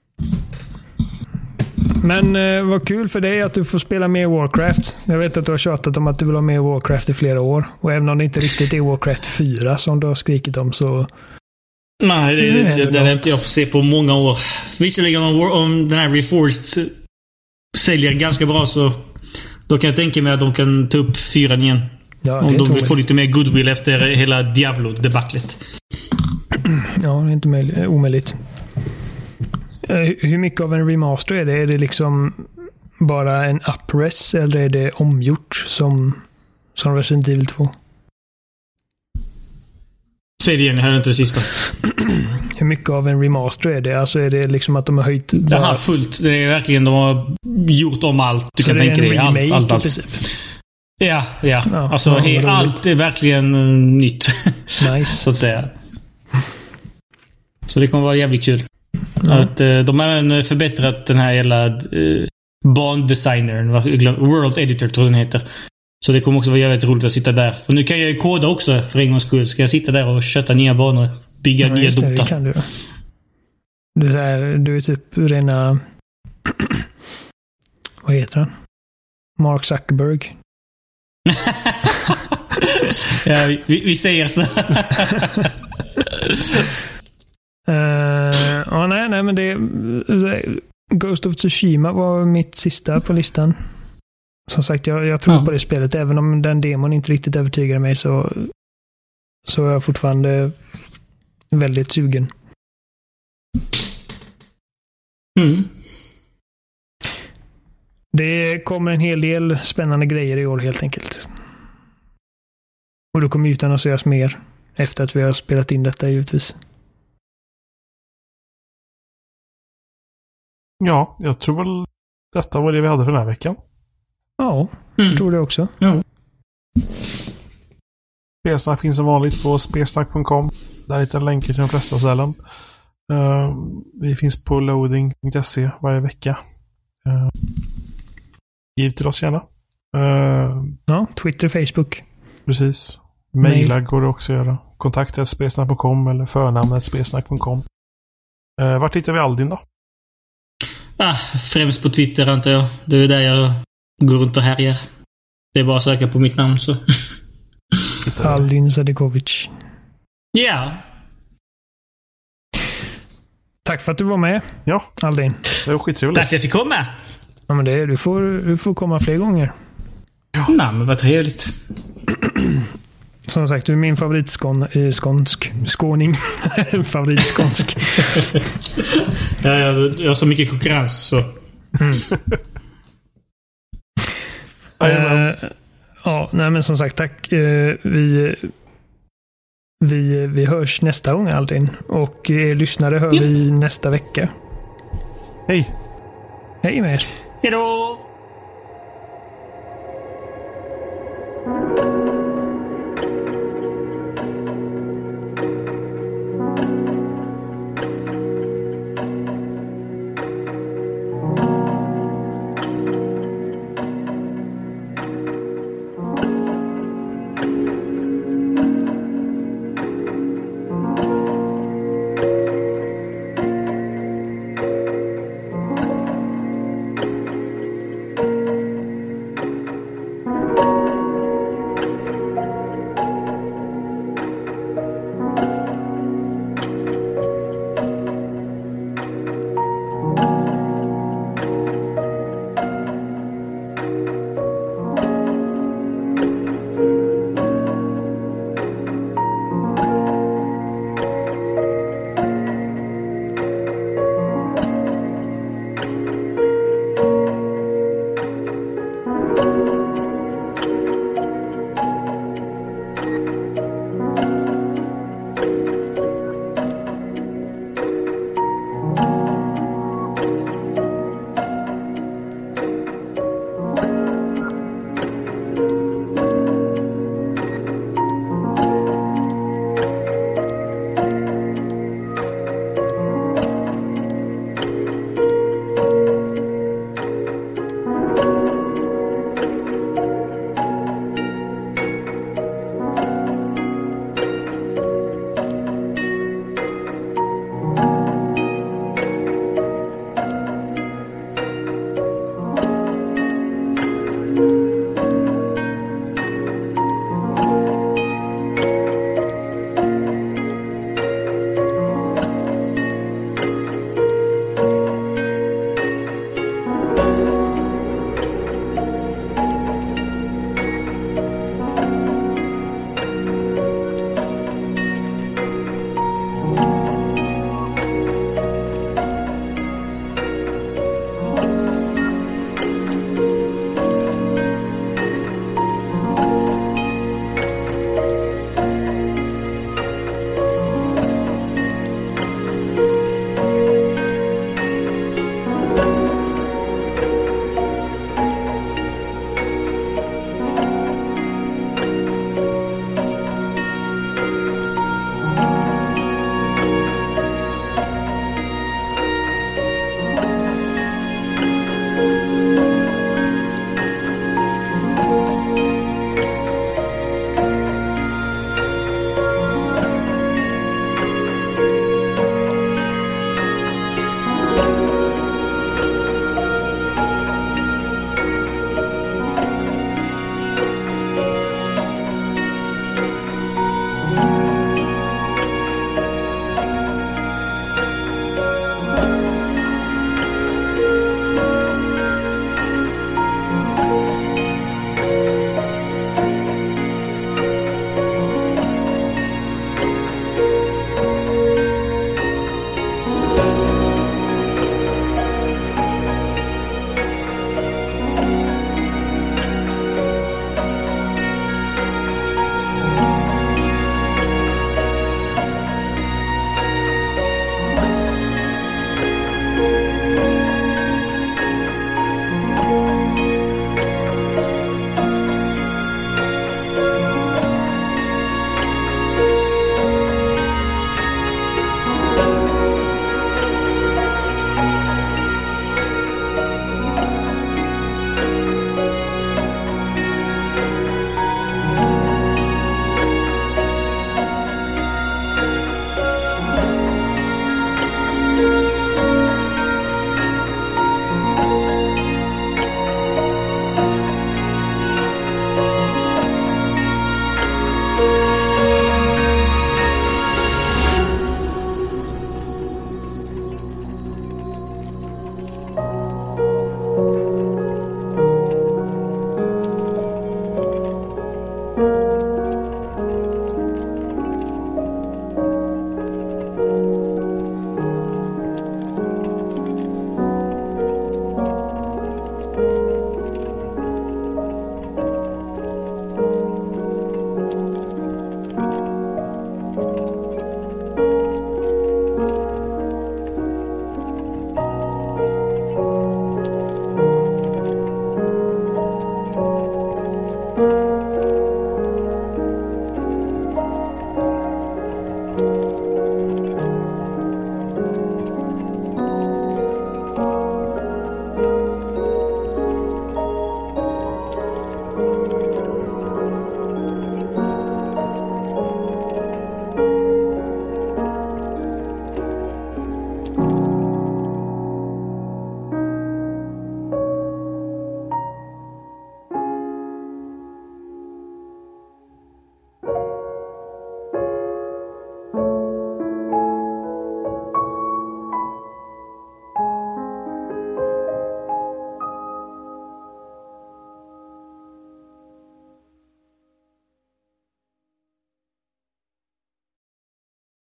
Men vad kul för dig att du får spela mer Warcraft. Jag vet att du har tjatat om att du vill ha mer Warcraft i flera år. Och även om det inte riktigt är Warcraft 4 som du har skrikit om så... Nej, det är inte jag får se på många år. Visserligen om den här Reforged säljer ganska bra så då kan jag tänka mig att de kan ta upp 4 igen. Ja, om de vill få lite mer goodwill efter hela Diablo-debaclet. Ja, det är inte omöjligt. Hur mycket av en remaster är det? Är det liksom bara en upres eller är det omgjort som Resident Evil 2? Säg det igen, jag hörde inte det sista. Hur mycket av en remaster är det? Alltså är det liksom att de har höjt... Jaha, fullt. Det är verkligen, de har gjort om allt. Du kan tänka dig allt. Ja. Alltså, allt är verkligen nytt. Nice. Så att säga. Så det kommer vara jävligt kul. Att, de har även förbättrat den här jävla bandesignern. World Editor tror jag den heter. Så det kommer också vara jävligt roligt att sitta där. För nu kan jag ju koda också för en gångs skull. Så kan jag sitta där och köta nya banor. Bygga nya dotar. Det kan du. Du är typ rena... Vad heter han? Mark Zuckerberg. Ja, vi säger så. Nej, men det Ghost of Tsushima var mitt sista på listan. Som sagt, jag tror på det spelet. Även om den demon inte riktigt övertygar mig så är jag fortfarande väldigt sugen. Det kommer en hel del spännande grejer i år helt enkelt. Och då kommer utan att sägas mer efter att vi har spelat in detta givetvis. Ja, jag tror väl detta var det vi hade för den här veckan. Ja, jag tror det också. Ja. Spelsnack finns som vanligt på spelsnack.com. Där hittar länkar till de flesta ställen. Vi finns på loading.se varje vecka. Giv till oss gärna. Ja, Twitter, Facebook. Precis. Mailar går det också att göra. Kontakta spelsnack.com eller förnamnet spelsnack.com. Vart hittar vi Aldin då? Främst på Twitter antar jag. Det är där jag går runt och härjar. Det är bara att söka på mitt namn så. Aldin Sadikovic. Ja. Tack för att du var med. Ja. Aldin. Det var skittrevligt. Tack för att jag fick komma. Ja, men du får komma fler gånger. Ja. Nej, men vad trevligt. Som sagt, du är min favoritskåning. Favoritskånsk. Jag har så mycket konkurrens så. Ja, nej men som sagt, tack. Vi hörs nästa gång, Aldin. Och lyssnare hör vi nästa vecka. Hej. Hej med er. Hej då!